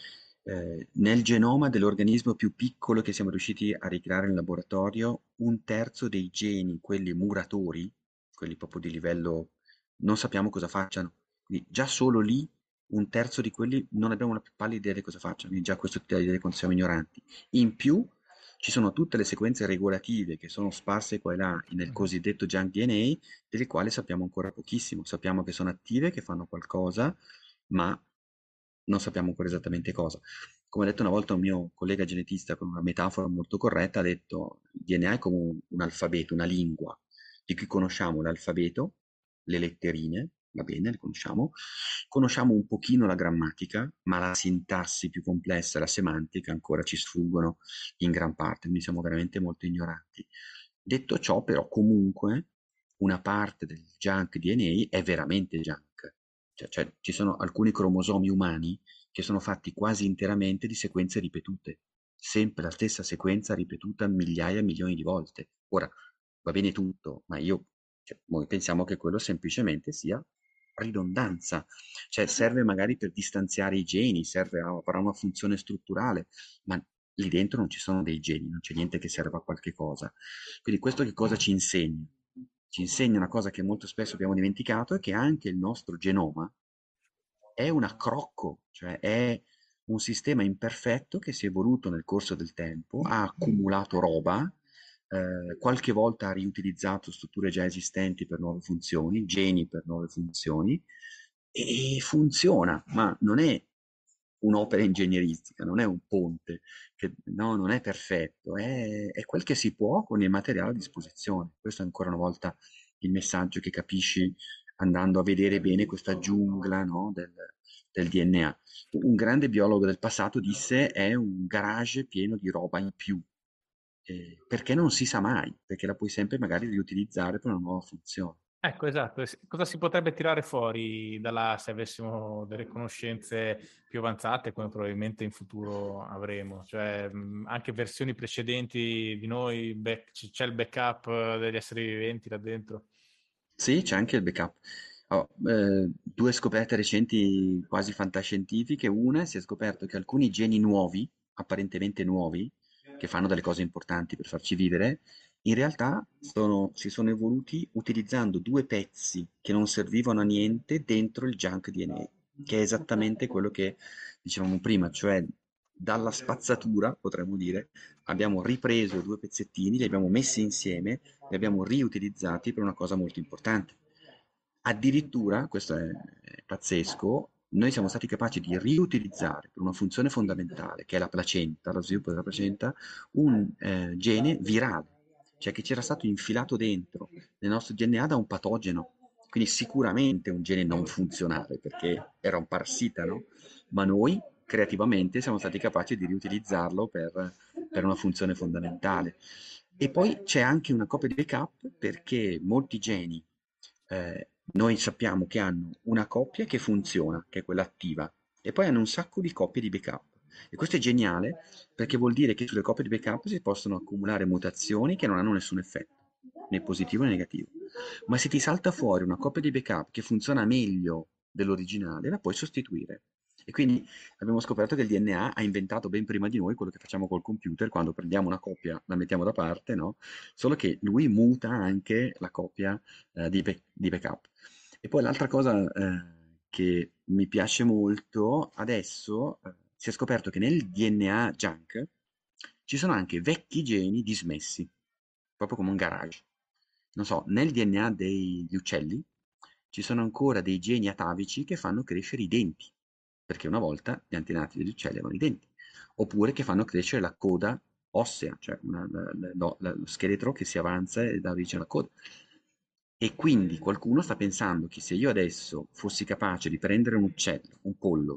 nel genoma dell'organismo più piccolo che siamo riusciti a ricreare in laboratorio, un terzo dei geni, quelli muratori, quelli proprio di livello, non sappiamo cosa facciano. Quindi già solo lì, un terzo di quelli non abbiamo la più pallida idea di cosa facciano, quindi già questo ti dà l'idea di quanto siamo ignoranti. In più, ci sono tutte le sequenze regolative che sono sparse qua e là nel Mhm. cosiddetto junk DNA, delle quali sappiamo ancora pochissimo. Sappiamo che sono attive, che fanno qualcosa, ma non sappiamo ancora esattamente cosa. Come ha detto una volta un mio collega genetista con una metafora molto corretta, ha detto il DNA è come un alfabeto, una lingua, di cui conosciamo l'alfabeto, le letterine, va bene, le conosciamo, conosciamo un pochino la grammatica, ma la sintassi più complessa, la semantica ancora ci sfuggono in gran parte, quindi siamo veramente molto ignoranti. Detto ciò, però, comunque una parte del junk DNA è veramente junk. Cioè, ci sono alcuni cromosomi umani che sono fatti quasi interamente di sequenze ripetute, sempre la stessa sequenza ripetuta migliaia e milioni di volte. Ora, va bene tutto, ma noi pensiamo che quello semplicemente sia ridondanza, cioè serve magari per distanziare i geni, avrà una funzione strutturale, ma lì dentro non ci sono dei geni, non c'è niente che serva a qualche cosa. Quindi questo che cosa ci insegna? Ci insegna una cosa che molto spesso abbiamo dimenticato, è che anche il nostro genoma è un accrocco, cioè è un sistema imperfetto che si è evoluto nel corso del tempo, ha accumulato roba, qualche volta ha riutilizzato strutture già esistenti per nuove funzioni, geni per nuove funzioni, e funziona, ma non è un'opera ingegneristica, non è un ponte, no, non è perfetto, è quel che si può con il materiale a disposizione. Questo è ancora una volta il messaggio che capisci andando a vedere bene questa giungla, no, del DNA. Un grande biologo del passato disse è un garage pieno di roba in più, perché non si sa mai, perché la puoi sempre magari riutilizzare per una nuova funzione. Ecco, esatto. Cosa si potrebbe tirare fuori da là se avessimo delle conoscenze più avanzate, come probabilmente in futuro avremo? Cioè, anche versioni precedenti di noi, c'è il backup degli esseri viventi là dentro. Sì, c'è anche il backup. Due scoperte recenti quasi fantascientifiche. Una, si è scoperto che alcuni geni nuovi, apparentemente nuovi, che fanno delle cose importanti per farci vivere, in realtà si sono evoluti utilizzando due pezzi che non servivano a niente dentro il junk DNA, che è esattamente quello che dicevamo prima, cioè dalla spazzatura, potremmo dire, abbiamo ripreso due pezzettini, li abbiamo messi insieme, li abbiamo riutilizzati per una cosa molto importante. Addirittura, questo è pazzesco, noi siamo stati capaci di riutilizzare per una funzione fondamentale, che è la placenta, lo sviluppo della placenta, un gene virale, cioè che c'era stato infilato dentro nel nostro DNA da un patogeno. Quindi sicuramente un gene non funzionale, perché era un parassita, no? Ma noi creativamente siamo stati capaci di riutilizzarlo per una funzione fondamentale. E poi c'è anche una copia di backup perché molti geni noi sappiamo che hanno una coppia che funziona, che è quella attiva, e poi hanno un sacco di coppie di backup. E questo è geniale perché vuol dire che sulle coppie di backup si possono accumulare mutazioni che non hanno nessun effetto, né positivo né negativo. Ma se ti salta fuori una coppia di backup che funziona meglio dell'originale, la puoi sostituire. E quindi abbiamo scoperto che il DNA ha inventato ben prima di noi quello che facciamo col computer quando prendiamo una coppia, la mettiamo da parte, no? Solo che lui muta anche la coppia di backup. E poi l'altra cosa che mi piace molto, adesso si è scoperto che nel DNA junk ci sono anche vecchi geni dismessi, proprio come un garage. Non so, nel DNA degli uccelli ci sono ancora dei geni atavici che fanno crescere i denti, perché una volta gli antenati degli uccelli avevano i denti, oppure che fanno crescere la coda ossea, cioè lo scheletro che si avanza e dà origine alla coda. E quindi qualcuno sta pensando che se io adesso fossi capace di prendere un uccello, un pollo,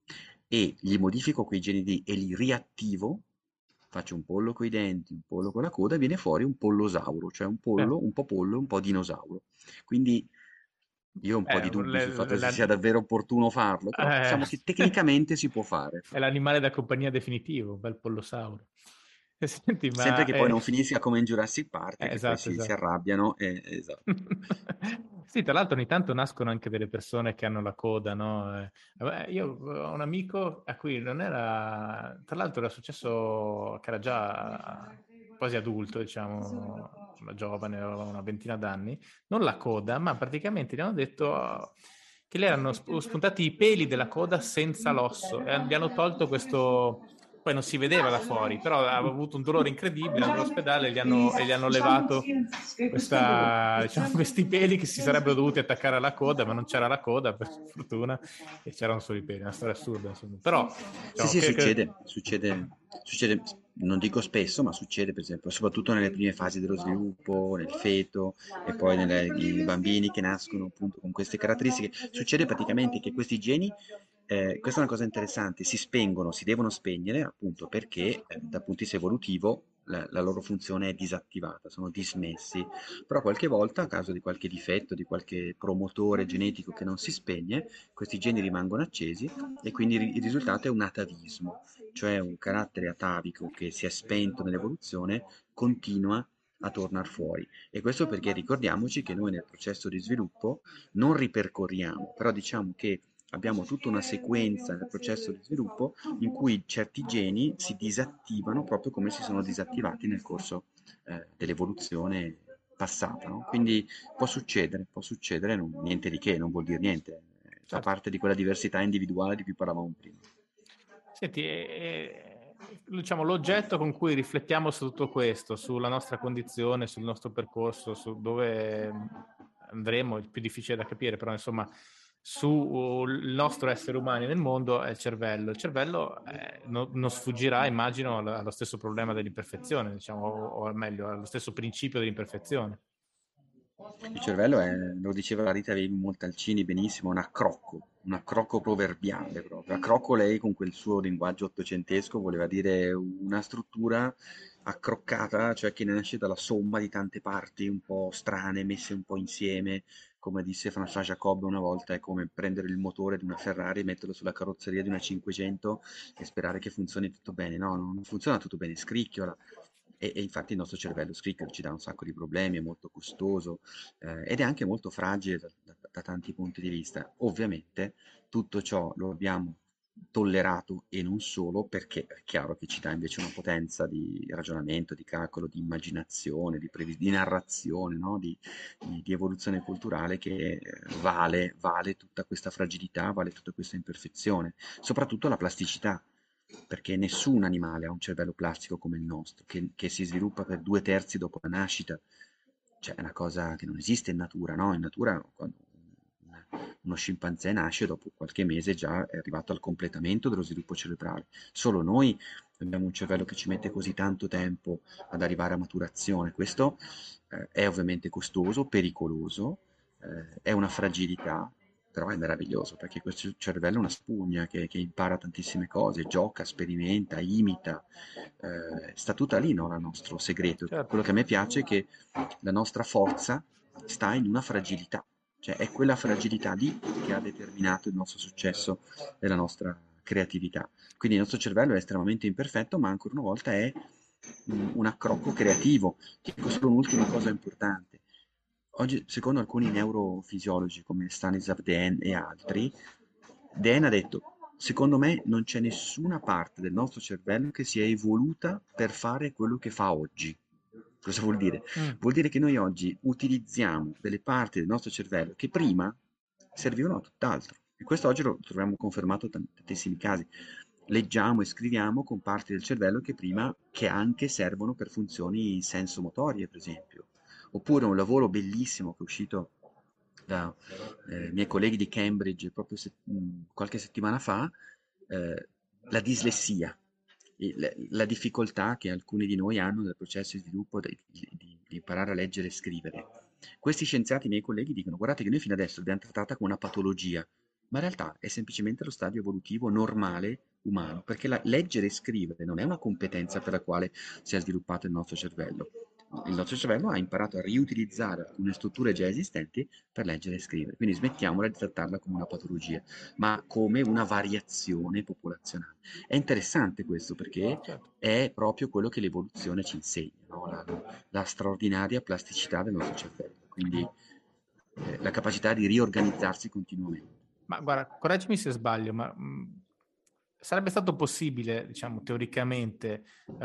e gli modifico quei geni lì e li riattivo, faccio un pollo coi denti, un pollo con la coda, viene fuori un pollosauro, cioè un pollo, un po' pollo, un po' dinosauro. Quindi io ho un po' di dubbi sul fatto se sia davvero opportuno farlo, però eh, diciamo che tecnicamente si può fare. è l'animale da compagnia definitivo, un bel pollosauro. Senti, Sempre ma che poi non finisca come in Jurassic Park, che poi esatto, si esatto. arrabbiano. Esatto. Sì, tra l'altro ogni tanto nascono anche delle persone che hanno la coda, no? Vabbè, io ho un amico a cui non era, tra l'altro era successo che era già quasi adulto, diciamo, giovane, aveva una ventina d'anni, non la coda, ma praticamente gli hanno detto che le erano spuntati i peli della coda senza l'osso e gli hanno tolto questo. Poi non si vedeva da fuori, però aveva avuto un dolore incredibile, è andato all'ospedale e gli hanno levato diciamo, questi peli che si sarebbero dovuti attaccare alla coda, ma non c'era la coda, per fortuna, e c'erano solo i peli. È una storia assurda, insomma. Però, Sì, diciamo, sì, succede, non dico spesso, ma succede per esempio, soprattutto nelle prime fasi dello sviluppo, nel feto e poi nei bambini che nascono appunto con queste caratteristiche. Succede praticamente che questi geni, questa è una cosa interessante, si spengono, si devono spegnere appunto perché dal punto di vista evolutivo la loro funzione è disattivata, sono dismessi, però qualche volta a causa di qualche difetto, di qualche promotore genetico che non si spegne, questi geni rimangono accesi e quindi il risultato è un atavismo, cioè un carattere atavico che si è spento nell'evoluzione continua a tornare fuori. E questo perché ricordiamoci che noi nel processo di sviluppo non ripercorriamo, però diciamo che abbiamo tutta una sequenza nel processo di sviluppo in cui certi geni si disattivano proprio come si sono disattivati nel corso dell'evoluzione passata, no? Quindi può succedere, niente di che, non vuol dire niente, fa certo. parte di quella diversità individuale di cui parlavamo prima. Senti, diciamo, l'oggetto con cui riflettiamo su tutto questo, sulla nostra condizione, sul nostro percorso, su dove andremo, è più difficile da capire, però insomma, sul nostro essere umani nel mondo è il cervello. Il cervello non sfuggirà, immagino, allo stesso problema dell'imperfezione, diciamo, o meglio, allo stesso principio dell'imperfezione. Il cervello è, lo diceva la Rita Montalcini benissimo, un accrocco proverbiale proprio. Accrocco lei con quel suo linguaggio ottocentesco voleva dire una struttura accroccata, cioè che nasce dalla somma di tante parti un po' strane, messe un po' insieme. Come disse François Jacob una volta, è come prendere il motore di una Ferrari, metterlo sulla carrozzeria di una 500 e sperare che funzioni tutto bene. No, non funziona tutto bene, scricchiola. E infatti il nostro cervello scricchiola, ci dà un sacco di problemi, è molto costoso, ed è anche molto fragile da tanti punti di vista. Ovviamente tutto ciò lo abbiamo tollerato e non solo perché è chiaro che ci dà invece una potenza di ragionamento, di calcolo, di immaginazione, di narrazione, no? Di evoluzione culturale che vale tutta questa fragilità, vale tutta questa imperfezione, soprattutto la plasticità. Perché nessun animale ha un cervello plastico come il nostro, che si sviluppa per 2/3 dopo la nascita. Cioè, è una cosa che non esiste in natura, no? In natura, quando uno scimpanzé nasce, dopo qualche mese già è arrivato al completamento dello sviluppo cerebrale. Solo noi abbiamo un cervello che ci mette così tanto tempo ad arrivare a maturazione. Questo è ovviamente costoso, pericoloso, è una fragilità, però è meraviglioso perché questo cervello è una spugna che impara tantissime cose, gioca, sperimenta, imita, sta tutta lì, no, il nostro segreto. Certo. Quello che a me piace è che la nostra forza sta in una fragilità, cioè è quella fragilità lì che ha determinato il nostro successo e la nostra creatività. Quindi il nostro cervello è estremamente imperfetto, ma ancora una volta è un accrocco creativo. Dico solo un'ultima cosa importante. Oggi, secondo alcuni neurofisiologi come Stanislav Dehaene e altri, Dehaene ha detto, secondo me non c'è nessuna parte del nostro cervello che sia evoluta per fare quello che fa oggi. Cosa vuol dire? Mm. Vuol dire che noi oggi utilizziamo delle parti del nostro cervello che prima servivano a tutt'altro. E questo oggi lo troviamo confermato in tantissimi casi. Leggiamo e scriviamo con parti del cervello che prima, che anche servono per funzioni sensomotorie, per esempio. Oppure un lavoro bellissimo che è uscito da miei colleghi di Cambridge proprio qualche settimana fa, eh, la dislessia, la difficoltà che alcuni di noi hanno nel processo di sviluppo di imparare a leggere e scrivere. Questi scienziati, miei colleghi, dicono: guardate che noi fino adesso l'abbiamo trattata come una patologia, ma in realtà è semplicemente lo stadio evolutivo normale umano, perché leggere e scrivere non è una competenza per la quale si è sviluppato il nostro cervello. Il nostro cervello ha imparato a riutilizzare alcune strutture già esistenti per leggere e scrivere, quindi smettiamola di trattarla come una patologia, ma come una variazione popolazionale. È interessante questo perché Certo. è proprio quello che l'evoluzione ci insegna, no? La straordinaria plasticità del nostro cervello, quindi la capacità di riorganizzarsi continuamente. Ma guarda, correggimi se sbaglio, ma sarebbe stato possibile, diciamo, teoricamente,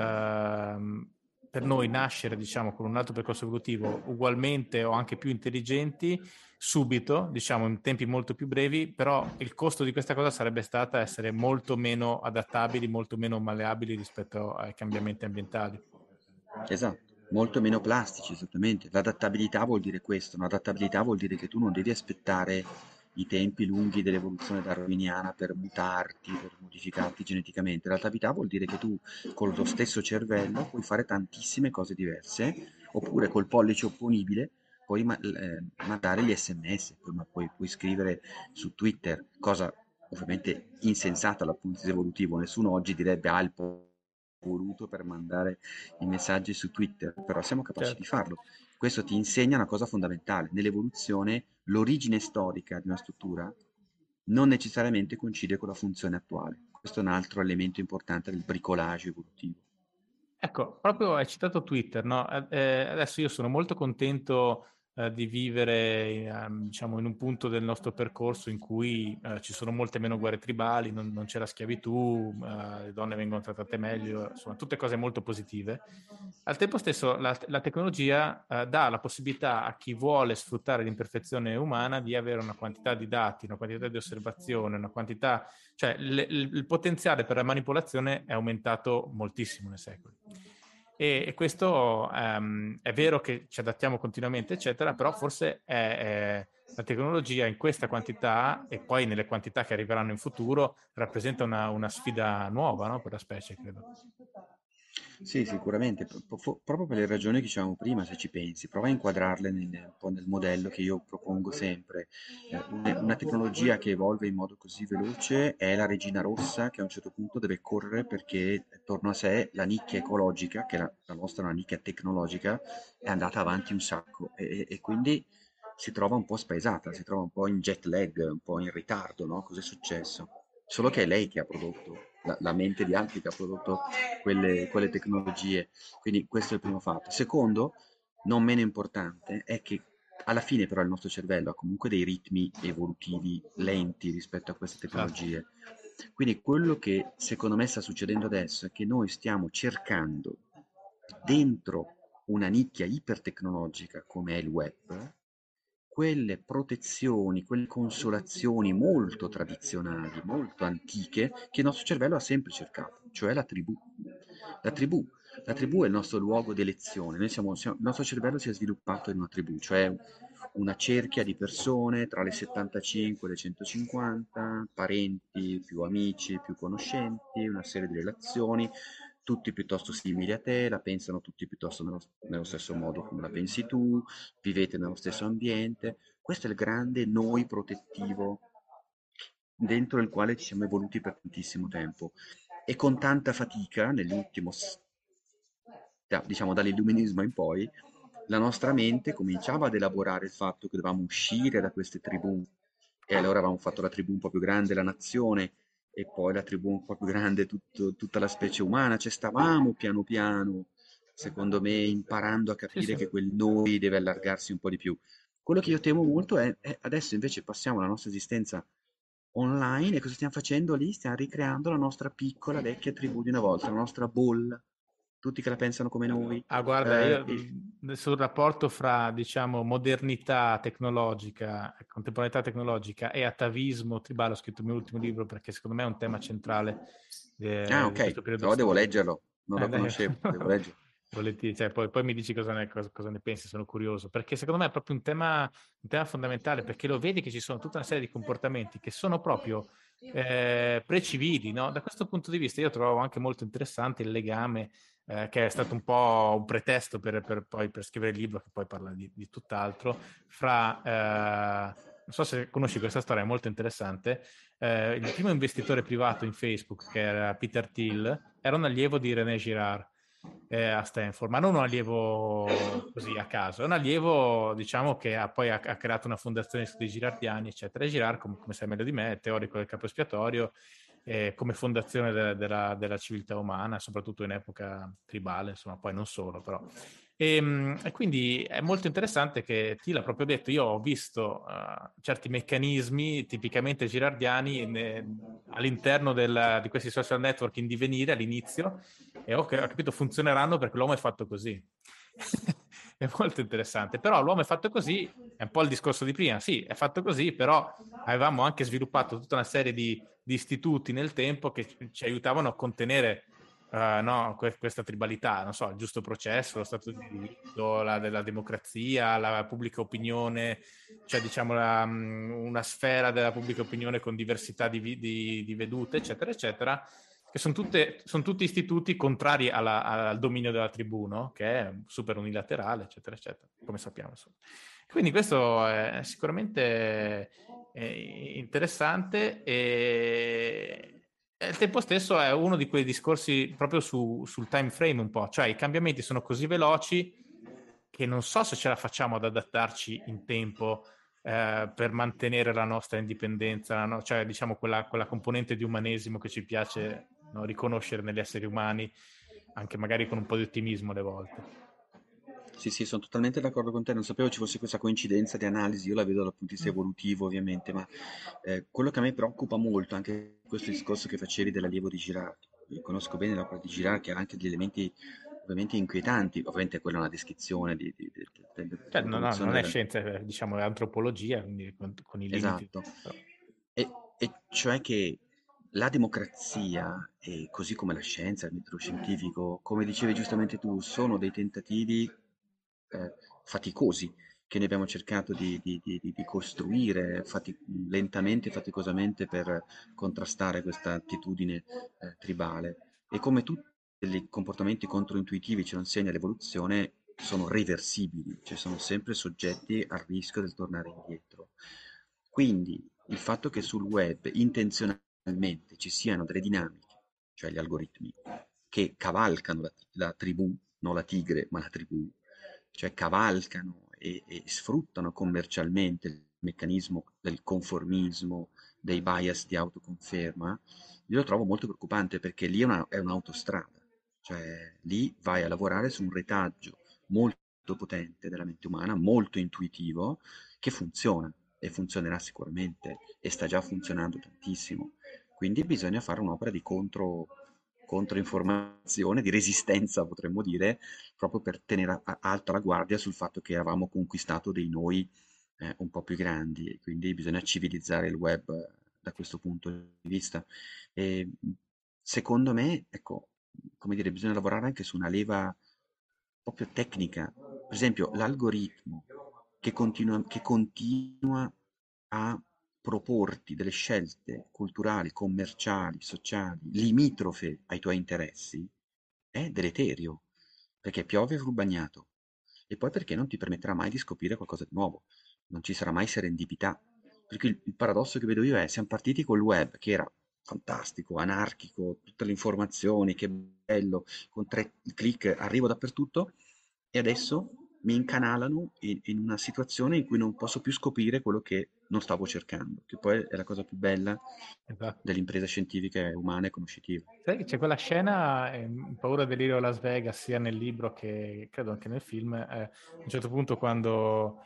per noi nascere, diciamo, con un altro percorso evolutivo ugualmente o anche più intelligenti subito, diciamo, in tempi molto più brevi, però il costo di questa cosa sarebbe stata essere molto meno adattabili, molto meno malleabili rispetto ai cambiamenti ambientali. Esatto, molto meno plastici, esattamente. L'adattabilità vuol dire questo, no? Adattabilità vuol dire che tu non devi aspettare i tempi lunghi dell'evoluzione darwiniana per mutarti, per modificarti geneticamente. L'adattabilità vuol dire che tu con lo stesso cervello puoi fare tantissime cose diverse, oppure col pollice opponibile puoi mandare gli SMS, puoi scrivere su Twitter, cosa ovviamente insensata dal punto di vista evolutivo. Nessuno oggi direbbe il voluto per mandare i messaggi su Twitter, però siamo capaci di Certo. farlo. Questo ti insegna una cosa fondamentale: nell'evoluzione l'origine storica di una struttura non necessariamente coincide con la funzione attuale. Questo è un altro elemento importante del bricolage evolutivo. Ecco, proprio hai citato Twitter, no? Adesso io sono molto contento di vivere, diciamo, in un punto del nostro percorso in cui ci sono molte meno guerre tribali, non c'è la schiavitù, le donne vengono trattate meglio, insomma, tutte cose molto positive. Al tempo stesso la tecnologia dà la possibilità a chi vuole sfruttare l'imperfezione umana di avere una quantità di dati, una quantità di osservazione, una quantità, cioè il potenziale per la manipolazione è aumentato moltissimo nei secoli. E questo è vero che ci adattiamo continuamente, eccetera, però forse la tecnologia in questa quantità e poi nelle quantità che arriveranno in futuro rappresenta una sfida nuova, no, per la specie, credo. Sì, sicuramente, proprio per le ragioni che dicevamo prima, se ci pensi, prova a inquadrarle un po' nel modello che io propongo sempre. Una tecnologia che evolve in modo così veloce è la regina rossa che a un certo punto deve correre perché attorno a sé la nicchia ecologica, che la nostra è una nicchia tecnologica, è andata avanti un sacco e quindi si trova un po' spaesata, si trova un po' in jet lag, un po' in ritardo, no? Cos'è successo? Solo che è lei che ha prodotto, la mente di altri che ha prodotto quelle tecnologie. Quindi questo è il primo fatto. Secondo, non meno importante, è che alla fine però il nostro cervello ha comunque dei ritmi evolutivi lenti rispetto a queste Esatto. tecnologie. Quindi quello che secondo me sta succedendo adesso è che noi stiamo cercando dentro una nicchia ipertecnologica come è il web, quelle protezioni, quelle consolazioni molto tradizionali, molto antiche, che il nostro cervello ha sempre cercato, cioè la tribù. La tribù, la tribù è il nostro luogo di elezione. Il nostro cervello si è sviluppato in una tribù, cioè una cerchia di persone tra le 75 e le 150, parenti più amici, più conoscenti, una serie di relazioni, tutti piuttosto simili a te, la pensano tutti piuttosto nello stesso modo come la pensi tu, vivete nello stesso ambiente. Questo è il grande noi protettivo dentro il quale ci siamo evoluti per tantissimo tempo e con tanta fatica nell'ultimo, diciamo dall'illuminismo in poi, la nostra mente cominciava ad elaborare il fatto che dovevamo uscire da queste tribù e allora avevamo fatto la tribù un po' più grande, la nazione, e poi la tribù un po' più grande, tutta la specie umana, cioè stavamo piano piano, secondo me, imparando a Sì, capire sì. che quel noi deve allargarsi un po' di più. Quello che io temo molto è adesso invece passiamo la nostra esistenza online e cosa stiamo facendo lì? Stiamo ricreando la nostra piccola vecchia tribù di una volta, la nostra bolla, tutti che la pensano come noi. Ah, guarda, io E sul rapporto fra, diciamo, modernità tecnologica, contemporaneità tecnologica e atavismo tribale, ho scritto il mio ultimo libro perché secondo me è un tema centrale Ah, di questo ok, periodo allora devo storico. leggerlo, non lo Dai, conoscevo, devo leggerlo. volentieri, cioè, poi mi dici cosa ne pensi, sono curioso, perché secondo me è proprio un tema fondamentale, perché lo vedi che ci sono tutta una serie di comportamenti che sono proprio precivili, no? Da questo punto di vista io trovo anche molto interessante il legame che è stato un po' un pretesto per scrivere il libro, che poi parla di tutt'altro, non so se conosci questa storia, è molto interessante. Il primo investitore privato in Facebook, che era Peter Thiel, era un allievo di René Girard a Stanford, ma non un allievo così a caso, è un allievo, diciamo, che ha creato una fondazione di studi girardiani, eccetera. E Girard, come sai meglio di me, è teorico del capo espiatorio, come fondazione della civiltà umana, soprattutto in epoca tribale, insomma, poi non solo, però. E quindi è molto interessante che Thiel ha proprio detto: io ho visto certi meccanismi tipicamente girardiani all'interno di questi social network in divenire all'inizio, e ho capito funzioneranno perché l'uomo è fatto così. È molto interessante, però l'uomo è fatto così, è un po' il discorso di prima, sì, è fatto così, però avevamo anche sviluppato tutta una serie di istituti nel tempo che ci aiutavano a contenere no, questa tribalità, non so, il giusto processo, lo stato di diritto, la democrazia, la pubblica opinione, cioè diciamo una sfera della pubblica opinione con diversità di vedute, eccetera, eccetera, che sono tutti istituti contrari al dominio della tribù, no? Che è super unilaterale, eccetera, eccetera, come sappiamo. Insomma. Quindi questo è sicuramente interessante e al tempo stesso è uno di quei discorsi proprio sul time frame un po', cioè i cambiamenti sono così veloci che non so se ce la facciamo ad adattarci in tempo per mantenere la nostra indipendenza, no? Cioè diciamo quella componente di umanesimo che ci piace, no, riconoscere negli esseri umani, anche magari con un po' di ottimismo alle volte. Sì, sì, sono totalmente d'accordo con te, non sapevo ci fosse questa coincidenza di analisi, io la vedo dal punto di vista evolutivo ovviamente, ma quello che a me preoccupa molto, anche questo discorso che facevi dell'allievo di Girard, io conosco bene l'opera di Girard che ha anche degli elementi ovviamente inquietanti, ovviamente quella è una descrizione Cioè, no, dell'evoluzione non è della... scienza, diciamo, è antropologia, quindi con i limiti. Esatto, Però. e cioè che la democrazia, e così come la scienza, il metodo scientifico, come dicevi giustamente tu, sono dei tentativi faticosi che noi abbiamo cercato di costruire lentamente e faticosamente per contrastare questa attitudine tribale. E come tutti i comportamenti controintuitivi ce lo insegna l'evoluzione, sono reversibili, cioè sono sempre soggetti al rischio del tornare indietro. Quindi il fatto che sul web intenzionalmente ci siano delle dinamiche, cioè gli algoritmi, che cavalcano la tribù, non la tigre, ma la tribù, cioè cavalcano e sfruttano commercialmente il meccanismo del conformismo, dei bias di autoconferma, io lo trovo molto preoccupante perché lì è un'autostrada, cioè lì vai a lavorare su un retaggio molto potente della mente umana, molto intuitivo, che funziona e funzionerà sicuramente e sta già funzionando tantissimo. Quindi bisogna fare un'opera di controinformazione, di resistenza, potremmo dire, proprio per tenere alta la guardia sul fatto che avevamo conquistato dei noi un po' più grandi e quindi bisogna civilizzare il web da questo punto di vista. E, secondo me, ecco, come dire, bisogna lavorare anche su una leva proprio tecnica. Per esempio, l'algoritmo che continua a proporti delle scelte culturali, commerciali, sociali, limitrofe ai tuoi interessi, è deleterio, perché piove sul bagnato e poi perché non ti permetterà mai di scoprire qualcosa di nuovo, non ci sarà mai serendipità. Perché il paradosso che vedo io è, siamo partiti col web, che era fantastico, anarchico, tutte le informazioni, che bello, con 3 clic arrivo dappertutto, e adesso mi incanalano in una situazione in cui non posso più scoprire quello che non stavo cercando, che poi è la cosa più bella Esatto. dell'impresa scientifica e umana e conoscitiva. Sai che c'è quella scena in Paura delirio a Las Vegas, sia nel libro che credo anche nel film, a un certo punto quando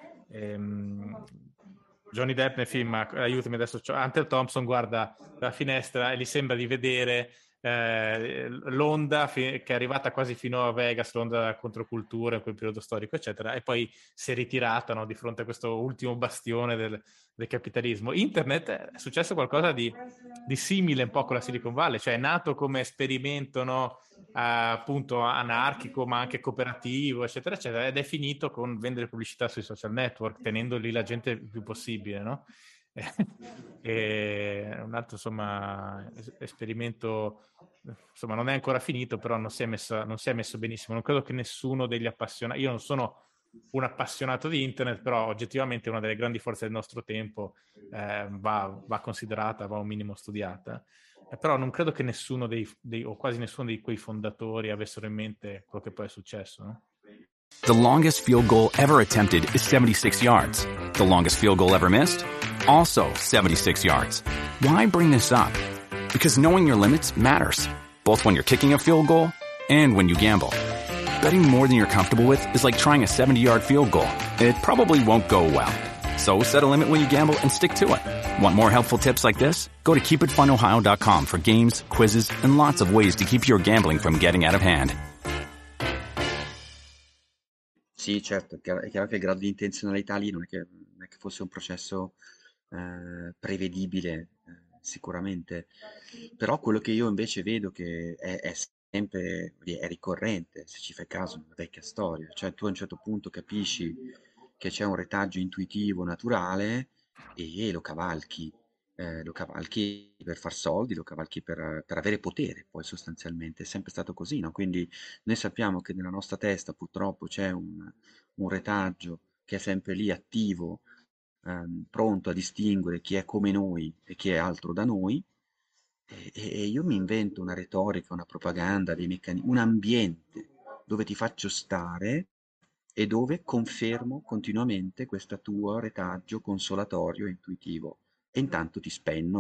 Johnny Depp nel film, aiutami adesso, Hunter Thompson guarda dalla finestra e gli sembra di vedere l'onda che è arrivata quasi fino a Vegas, l'onda della controcultura in quel periodo storico, eccetera, e poi si è ritirata, no, di fronte a questo ultimo bastione del capitalismo. Internet è successo qualcosa di simile un po' con la Silicon Valley, cioè è nato come esperimento, no, appunto anarchico ma anche cooperativo, eccetera, eccetera, ed è finito con vendere pubblicità sui social network, tenendo lì la gente il più possibile, no? E un altro, insomma, esperimento, insomma, non è ancora finito, però non si è messo benissimo. Non credo che nessuno degli appassionati, io non sono un appassionato di internet, però oggettivamente una delle grandi forze del nostro tempo va considerata, va un minimo studiata. Però non credo che nessuno o quasi nessuno di quei fondatori avessero in mente quello che poi è successo, no? The longest field goal ever attempted is 76 yards. The longest field goal ever missed? Also 76 yards. Why bring this up? Because knowing your limits matters, both when you're kicking a field goal and when you gamble. Betting more than you're comfortable with is like trying a 70-yard field goal. It probably won't go well. So set a limit when you gamble and stick to it. Want more helpful tips like this? Go to keepitfunohio.com for games, quizzes, and lots of ways to keep your gambling from getting out of hand. Sì, certo, è chiaro che il grado di intenzionalità lì non è che fosse un processo prevedibile, sicuramente, però quello che io invece vedo che è sempre, è ricorrente, se ci fai caso, una vecchia storia, cioè tu a un certo punto capisci che c'è un retaggio intuitivo, naturale, e lo cavalchi per far soldi, lo cavalchi per avere potere, poi sostanzialmente è sempre stato così, no? Quindi noi sappiamo che nella nostra testa purtroppo c'è un retaggio che è sempre lì attivo, pronto a distinguere chi è come noi e chi è altro da noi, e io mi invento una retorica, una propaganda, dei meccanismi, un ambiente dove ti faccio stare e dove confermo continuamente questo tuo retaggio consolatorio e intuitivo. E intanto ti spenno,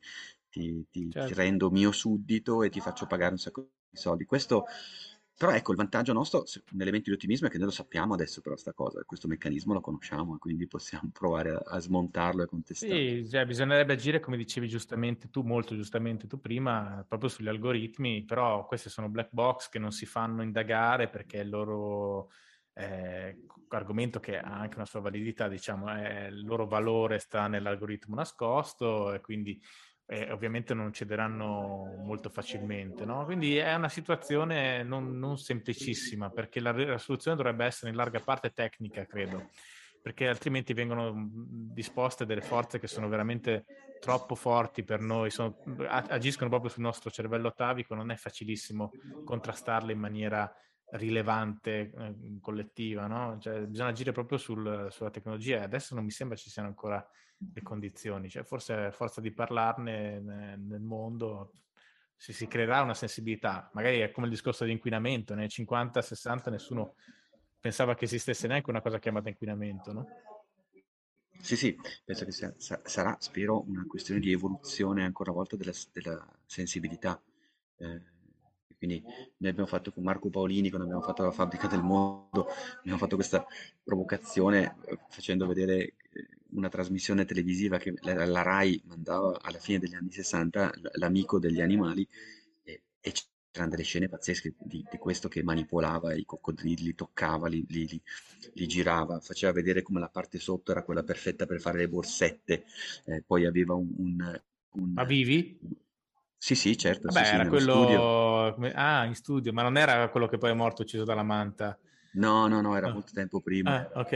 ti Certo. rendo mio suddito e ti faccio pagare un sacco di soldi. Questo, però ecco, il vantaggio nostro, un elemento di ottimismo è che noi lo sappiamo adesso però sta cosa, questo meccanismo lo conosciamo e quindi possiamo provare a smontarlo e contestarlo. Sì, cioè, bisognerebbe agire come dicevi giustamente tu, molto giustamente tu prima, proprio sugli algoritmi, però questi sono black box che non si fanno indagare perché il loro argomento, che ha anche una sua validità, diciamo, il loro valore sta nell'algoritmo nascosto e quindi ovviamente non cederanno molto facilmente, no? Quindi è una situazione non semplicissima perché la soluzione dovrebbe essere in larga parte tecnica, credo, perché altrimenti vengono disposte delle forze che sono veramente troppo forti per noi, agiscono proprio sul nostro cervello atavico, non è facilissimo contrastarle in maniera rilevante, collettiva, no? Cioè, bisogna agire proprio sulla tecnologia e adesso non mi sembra ci siano ancora le condizioni, cioè, forse a forza di parlarne nel mondo si creerà una sensibilità, magari è come il discorso di inquinamento, nei 50-60 nessuno pensava che esistesse neanche una cosa chiamata inquinamento, no? Sì, sì, penso che sarà, spero, una questione di evoluzione ancora una volta della sensibilità. Eh, quindi noi abbiamo fatto con Marco Paolini, quando abbiamo fatto la Fabbrica del Mondo, abbiamo fatto questa provocazione facendo vedere una trasmissione televisiva che la Rai mandava alla fine degli anni 60, l'amico degli animali, e c'erano delle scene pazzesche di questo che manipolava i coccodrilli, toccava, li girava, faceva vedere come la parte sotto era quella perfetta per fare le borsette, poi aveva Ma un- vivi? Sì, sì, certo, Vabbè, sì, sì, era nello studio. quello... in studio, ma non era quello che poi è morto ucciso dalla manta. No, no, no, era Ah, molto tempo prima. ok.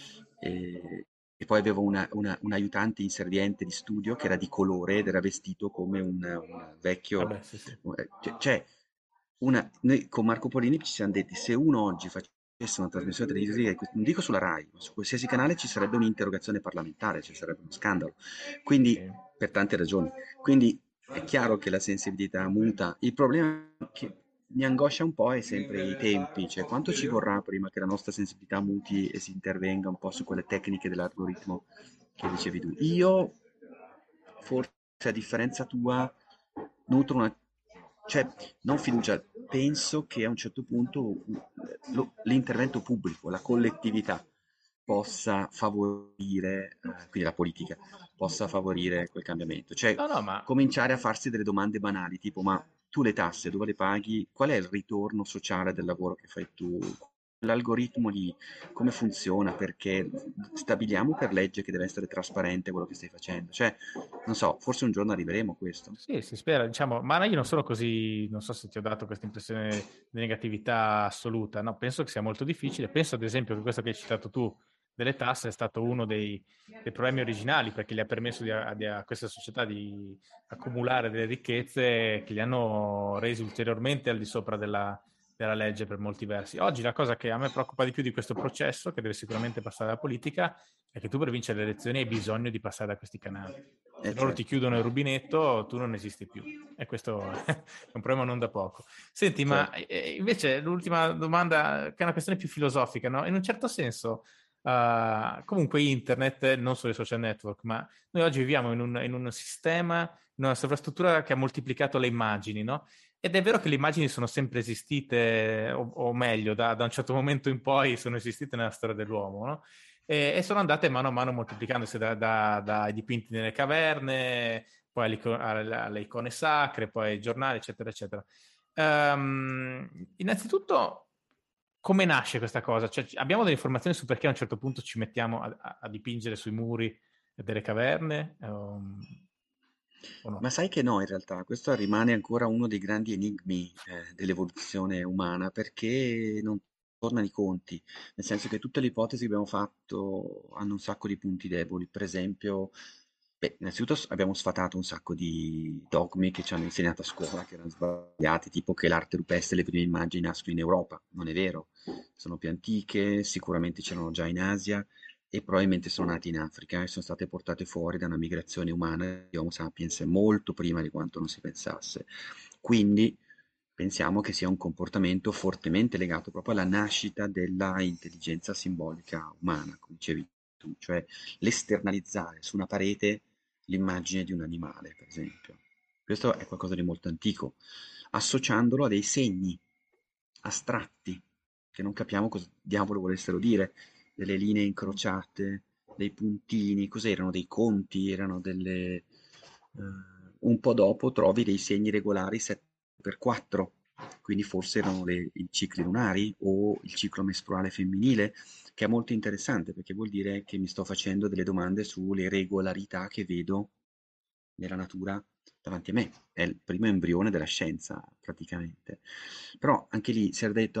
E poi avevo un aiutante inserviente di studio che era di colore ed era vestito come un vecchio. Vabbè, sì, sì. Noi con Marco Polini ci siamo detti, se uno oggi facesse una trasmissione televisiva, non dico sulla Rai, ma su qualsiasi canale ci sarebbe un'interrogazione parlamentare, ci sarebbe uno scandalo. Quindi, Sì. per tante ragioni. Quindi è chiaro che la sensibilità muta. Il problema che mi angoscia un po' è sempre i tempi, cioè quanto ci vorrà prima che la nostra sensibilità muti e si intervenga un po' su quelle tecniche dell'algoritmo che dicevi tu. Io, forse a differenza tua, nutro una, cioè non fiducia, penso che a un certo punto l'intervento pubblico, la collettività possa favorire, quindi la politica, possa favorire quel cambiamento. Cioè, No, no, ma cominciare a farsi delle domande banali, tipo, ma tu le tasse dove le paghi? Qual è il ritorno sociale del lavoro che fai tu? L'algoritmo lì, come funziona? Perché stabiliamo per legge che deve essere trasparente quello che stai facendo. Cioè, non so, forse un giorno arriveremo a questo. sì, si spera, diciamo, ma io non sono così, non so se ti ho dato questa impressione di negatività assoluta, no, penso che sia molto difficile. Penso ad esempio che questo che hai citato tu delle tasse è stato uno dei problemi originali, perché gli ha permesso a questa società di accumulare delle ricchezze che li hanno resi ulteriormente al di sopra della legge per molti versi. Oggi la cosa che a me preoccupa di più di questo processo, che deve sicuramente passare alla politica, è che tu per vincere le elezioni hai bisogno di passare da questi canali. Se loro ti Certo. chiudono il rubinetto, tu non esisti più. E questo è un problema non da poco. Senti, ma Certo. invece l'ultima domanda, che è una questione più filosofica, no? In un certo senso, comunque internet, non solo i social network, ma noi oggi viviamo in un sistema, in una sovrastruttura che ha moltiplicato le immagini, no? Ed è vero che le immagini sono sempre esistite, o meglio, da un certo momento in poi sono esistite nella storia dell'uomo, no? E sono andate mano a mano moltiplicandosi dai dipinti nelle caverne, poi alle icone sacre, poi ai giornali, eccetera, eccetera. Innanzitutto, come nasce questa cosa? Cioè, abbiamo delle informazioni su perché a un certo punto ci mettiamo a dipingere sui muri delle caverne? O no? Ma sai che no, in realtà, questo rimane ancora uno dei grandi enigmi dell'evoluzione umana, perché non tornano i conti, nel senso che tutte le ipotesi che abbiamo fatto hanno un sacco di punti deboli. Per esempio, beh, innanzitutto abbiamo sfatato un sacco di dogmi che ci hanno insegnato a scuola, che erano sbagliati, tipo che l'arte rupestre e le prime immagini nascono in Europa. Non è vero, sono più antiche, sicuramente c'erano già in Asia e probabilmente sono nati in Africa e sono state portate fuori da una migrazione umana di Homo sapiens molto prima di quanto non si pensasse. Quindi pensiamo che sia un comportamento fortemente legato proprio alla nascita della intelligenza simbolica umana, come dicevi tu, cioè l'esternalizzare su una parete l'immagine di un animale, per esempio. Questo è qualcosa di molto antico, associandolo a dei segni astratti che non capiamo cosa diavolo volessero dire, delle linee incrociate, dei puntini, cos'erano? Dei conti, erano delle... un po' dopo trovi dei segni regolari 7x4, quindi forse erano i cicli lunari o il ciclo mestruale femminile, che è molto interessante perché vuol dire che mi sto facendo delle domande sulle regolarità che vedo nella natura davanti a me. È il primo embrione della scienza, praticamente. Però anche lì si era detto,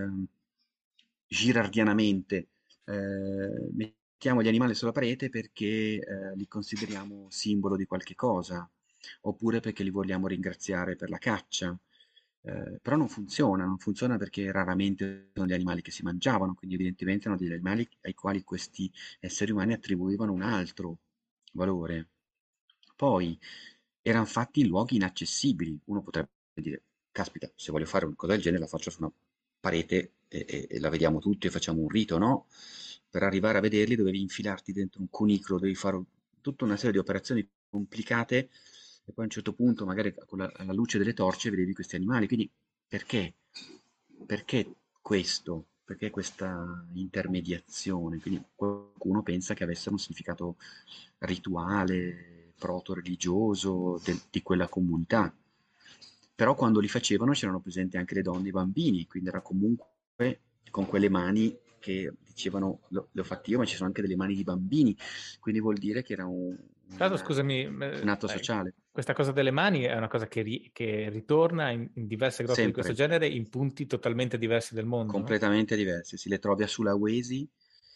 girardianamente, mettiamo gli animali sulla parete perché li consideriamo simbolo di qualche cosa, oppure perché li vogliamo ringraziare per la caccia. Però non funziona perché raramente sono gli animali che si mangiavano, quindi evidentemente erano degli animali ai quali questi esseri umani attribuivano un altro valore. Poi erano fatti in luoghi inaccessibili. Uno potrebbe dire, caspita, se voglio fare una cosa del genere la faccio su una parete e la vediamo tutti e facciamo un rito, no? Per arrivare a vederli dovevi infilarti dentro un cunicolo, dovevi fare tutta una serie di operazioni complicate e poi a un certo punto, magari alla luce delle torce, vedevi questi animali. Quindi perché? Perché questo? Perché questa intermediazione? Quindi qualcuno pensa che avessero un significato rituale, proto-religioso di quella comunità. Però quando li facevano c'erano presenti anche le donne e i bambini, quindi era comunque con quelle mani che dicevano l'ho fatto io, ma ci sono anche delle mani di bambini, quindi vuol dire che era Tra l'altro, scusami, un atto sociale. questa cosa delle mani è una cosa che ritorna in diverse grotte di questo Sempre. genere in punti totalmente diversi del mondo, no? Completamente diverse, si le trovi a Sulawesi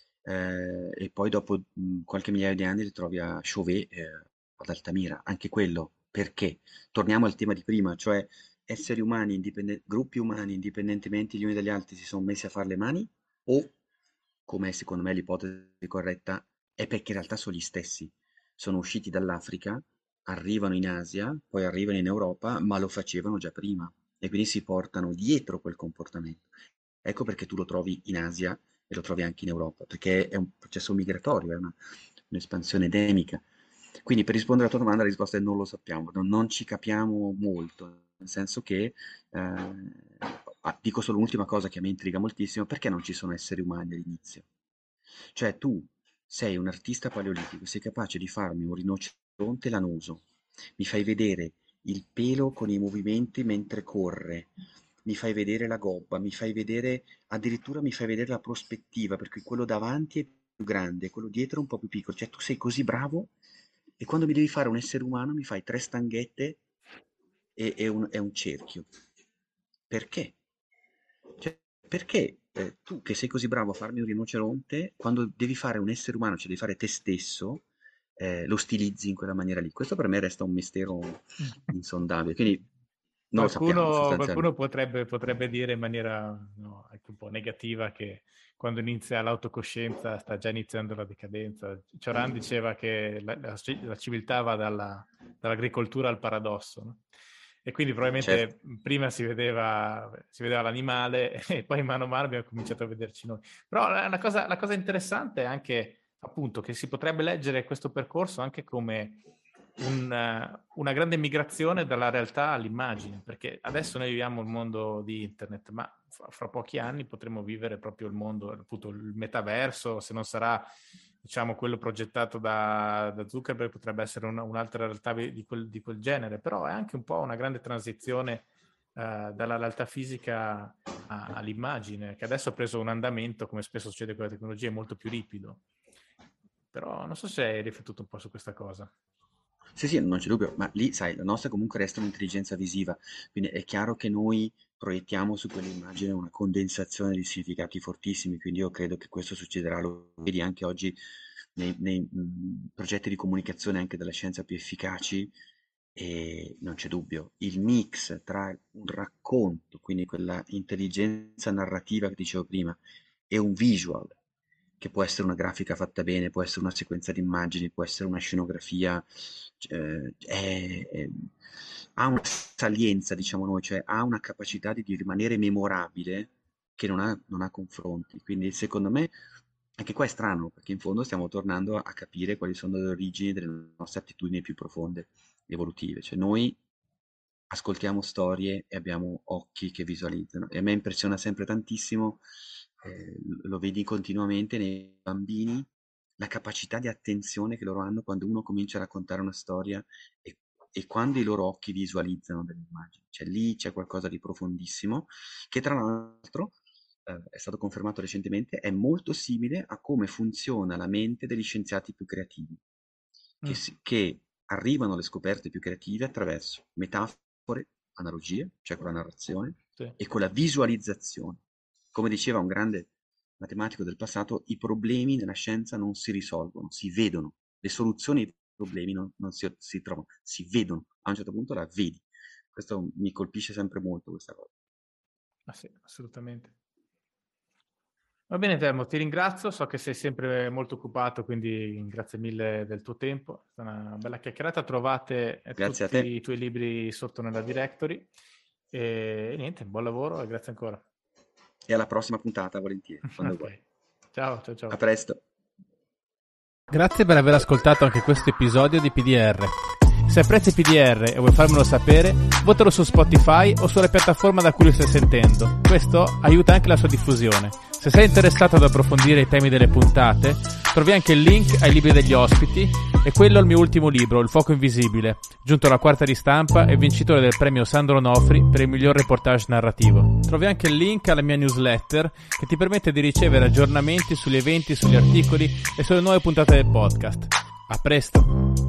e poi dopo qualche migliaio di anni le trovi a Chauvet ad Altamira, anche quello perché? Torniamo al tema di prima, cioè esseri umani, gruppi umani indipendentemente gli uni dagli altri si sono messi a fare le mani o, come è secondo me l'ipotesi corretta, è perché in realtà sono gli stessi, sono usciti dall'Africa, arrivano in Asia, poi arrivano in Europa, ma lo facevano già prima e quindi si portano dietro quel comportamento. Ecco perché tu lo trovi in Asia e lo trovi anche in Europa, perché è un processo migratorio, è un'espansione endemica. Quindi per rispondere alla tua domanda la risposta è non lo sappiamo, non ci capiamo molto, nel senso che, dico solo un'ultima cosa che a me intriga moltissimo, perché non ci sono esseri umani all'inizio? Cioè tu sei un artista paleolitico, sei capace di farmi un rinoceronte lanoso, mi fai vedere il pelo con i movimenti mentre corre, mi fai vedere la gobba, mi fai vedere, addirittura mi fai vedere la prospettiva, perché quello davanti è più grande, quello dietro è un po' più piccolo, cioè tu sei così bravo e quando mi devi fare un essere umano mi fai tre stanghette e un cerchio. Perché? Cioè, perché tu che sei così bravo a farmi un rinoceronte, quando devi fare un essere umano, cioè devi fare te stesso, lo stilizzi in quella maniera lì. Questo per me resta un mistero insondabile, quindi non lo sappiamo Qualcuno sostanzialmente. potrebbe dire in maniera anche un po' negativa che quando inizia l'autocoscienza sta già iniziando la decadenza. Cioran diceva che la civiltà va dall'agricoltura al paradosso, no? E quindi probabilmente Certo. prima si vedeva l'animale e poi mano a mano abbiamo cominciato a vederci noi. Però la cosa interessante è anche appunto che si potrebbe leggere questo percorso anche come una grande migrazione dalla realtà all'immagine, perché adesso noi viviamo il mondo di internet, ma fra pochi anni potremo vivere proprio il mondo, appunto il metaverso, se non sarà diciamo quello progettato da Zuckerberg, potrebbe essere un'altra realtà di quel genere, però è anche un po' una grande transizione dalla realtà fisica all'immagine, che adesso ha preso un andamento, come spesso succede con la tecnologia, molto più ripido. Però non so se hai riflettuto un po' su questa cosa. Sì, non c'è dubbio, ma lì, sai, la nostra comunque resta un'intelligenza visiva, quindi è chiaro che noi proiettiamo su quell'immagine una condensazione di significati fortissimi, quindi io credo che questo succederà, lo vedi anche oggi nei progetti di comunicazione anche della scienza più efficaci, e non c'è dubbio, il mix tra un racconto, quindi quella intelligenza narrativa che dicevo prima, e un visual, che può essere una grafica fatta bene, può essere una sequenza di immagini, può essere una scenografia, ha una salienza, diciamo noi, cioè ha una capacità di rimanere memorabile che non ha confronti. Quindi secondo me anche qua è strano, perché in fondo stiamo tornando a capire quali sono le origini delle nostre attitudini più profonde, evolutive. Cioè noi ascoltiamo storie e abbiamo occhi che visualizzano. E a me impressiona sempre tantissimo, lo vedi continuamente nei bambini, la capacità di attenzione che loro hanno quando uno comincia a raccontare una storia e quando i loro occhi visualizzano delle immagini. Cioè lì c'è qualcosa di profondissimo che tra l'altro è stato confermato recentemente, è molto simile a come funziona la mente degli scienziati più creativi, che arrivano alle scoperte più creative attraverso metafore, analogie, cioè con la narrazione, Sì. e con la visualizzazione. Come diceva un grande matematico del passato, i problemi nella scienza non si risolvono, si vedono. Le soluzioni ai problemi non si trovano, si vedono. A un certo punto la vedi. Questo mi colpisce sempre molto, questa cosa. Ah sì, assolutamente. Va bene Termo, ti ringrazio, so che sei sempre molto occupato, quindi grazie mille del tuo tempo, è stata una bella chiacchierata, trovate Grazie a tutti te i tuoi libri sotto nella directory e niente, buon lavoro e grazie ancora. e alla prossima puntata, volentieri, quando vuoi. Ok, ciao. A presto. Grazie per aver ascoltato anche questo episodio di PDR. Se apprezzi PDR e vuoi farmelo sapere, votalo su Spotify o sulla piattaforma da cui lo stai sentendo. Questo aiuta anche la sua diffusione. Se sei interessato ad approfondire i temi delle puntate, trovi anche il link ai libri degli ospiti e quello al mio ultimo libro, Il fuoco invisibile, giunto alla quarta ristampa e vincitore del premio Sandro Onofri per il miglior reportage narrativo. Trovi anche il link alla mia newsletter che ti permette di ricevere aggiornamenti sugli eventi, sugli articoli e sulle nuove puntate del podcast. A presto!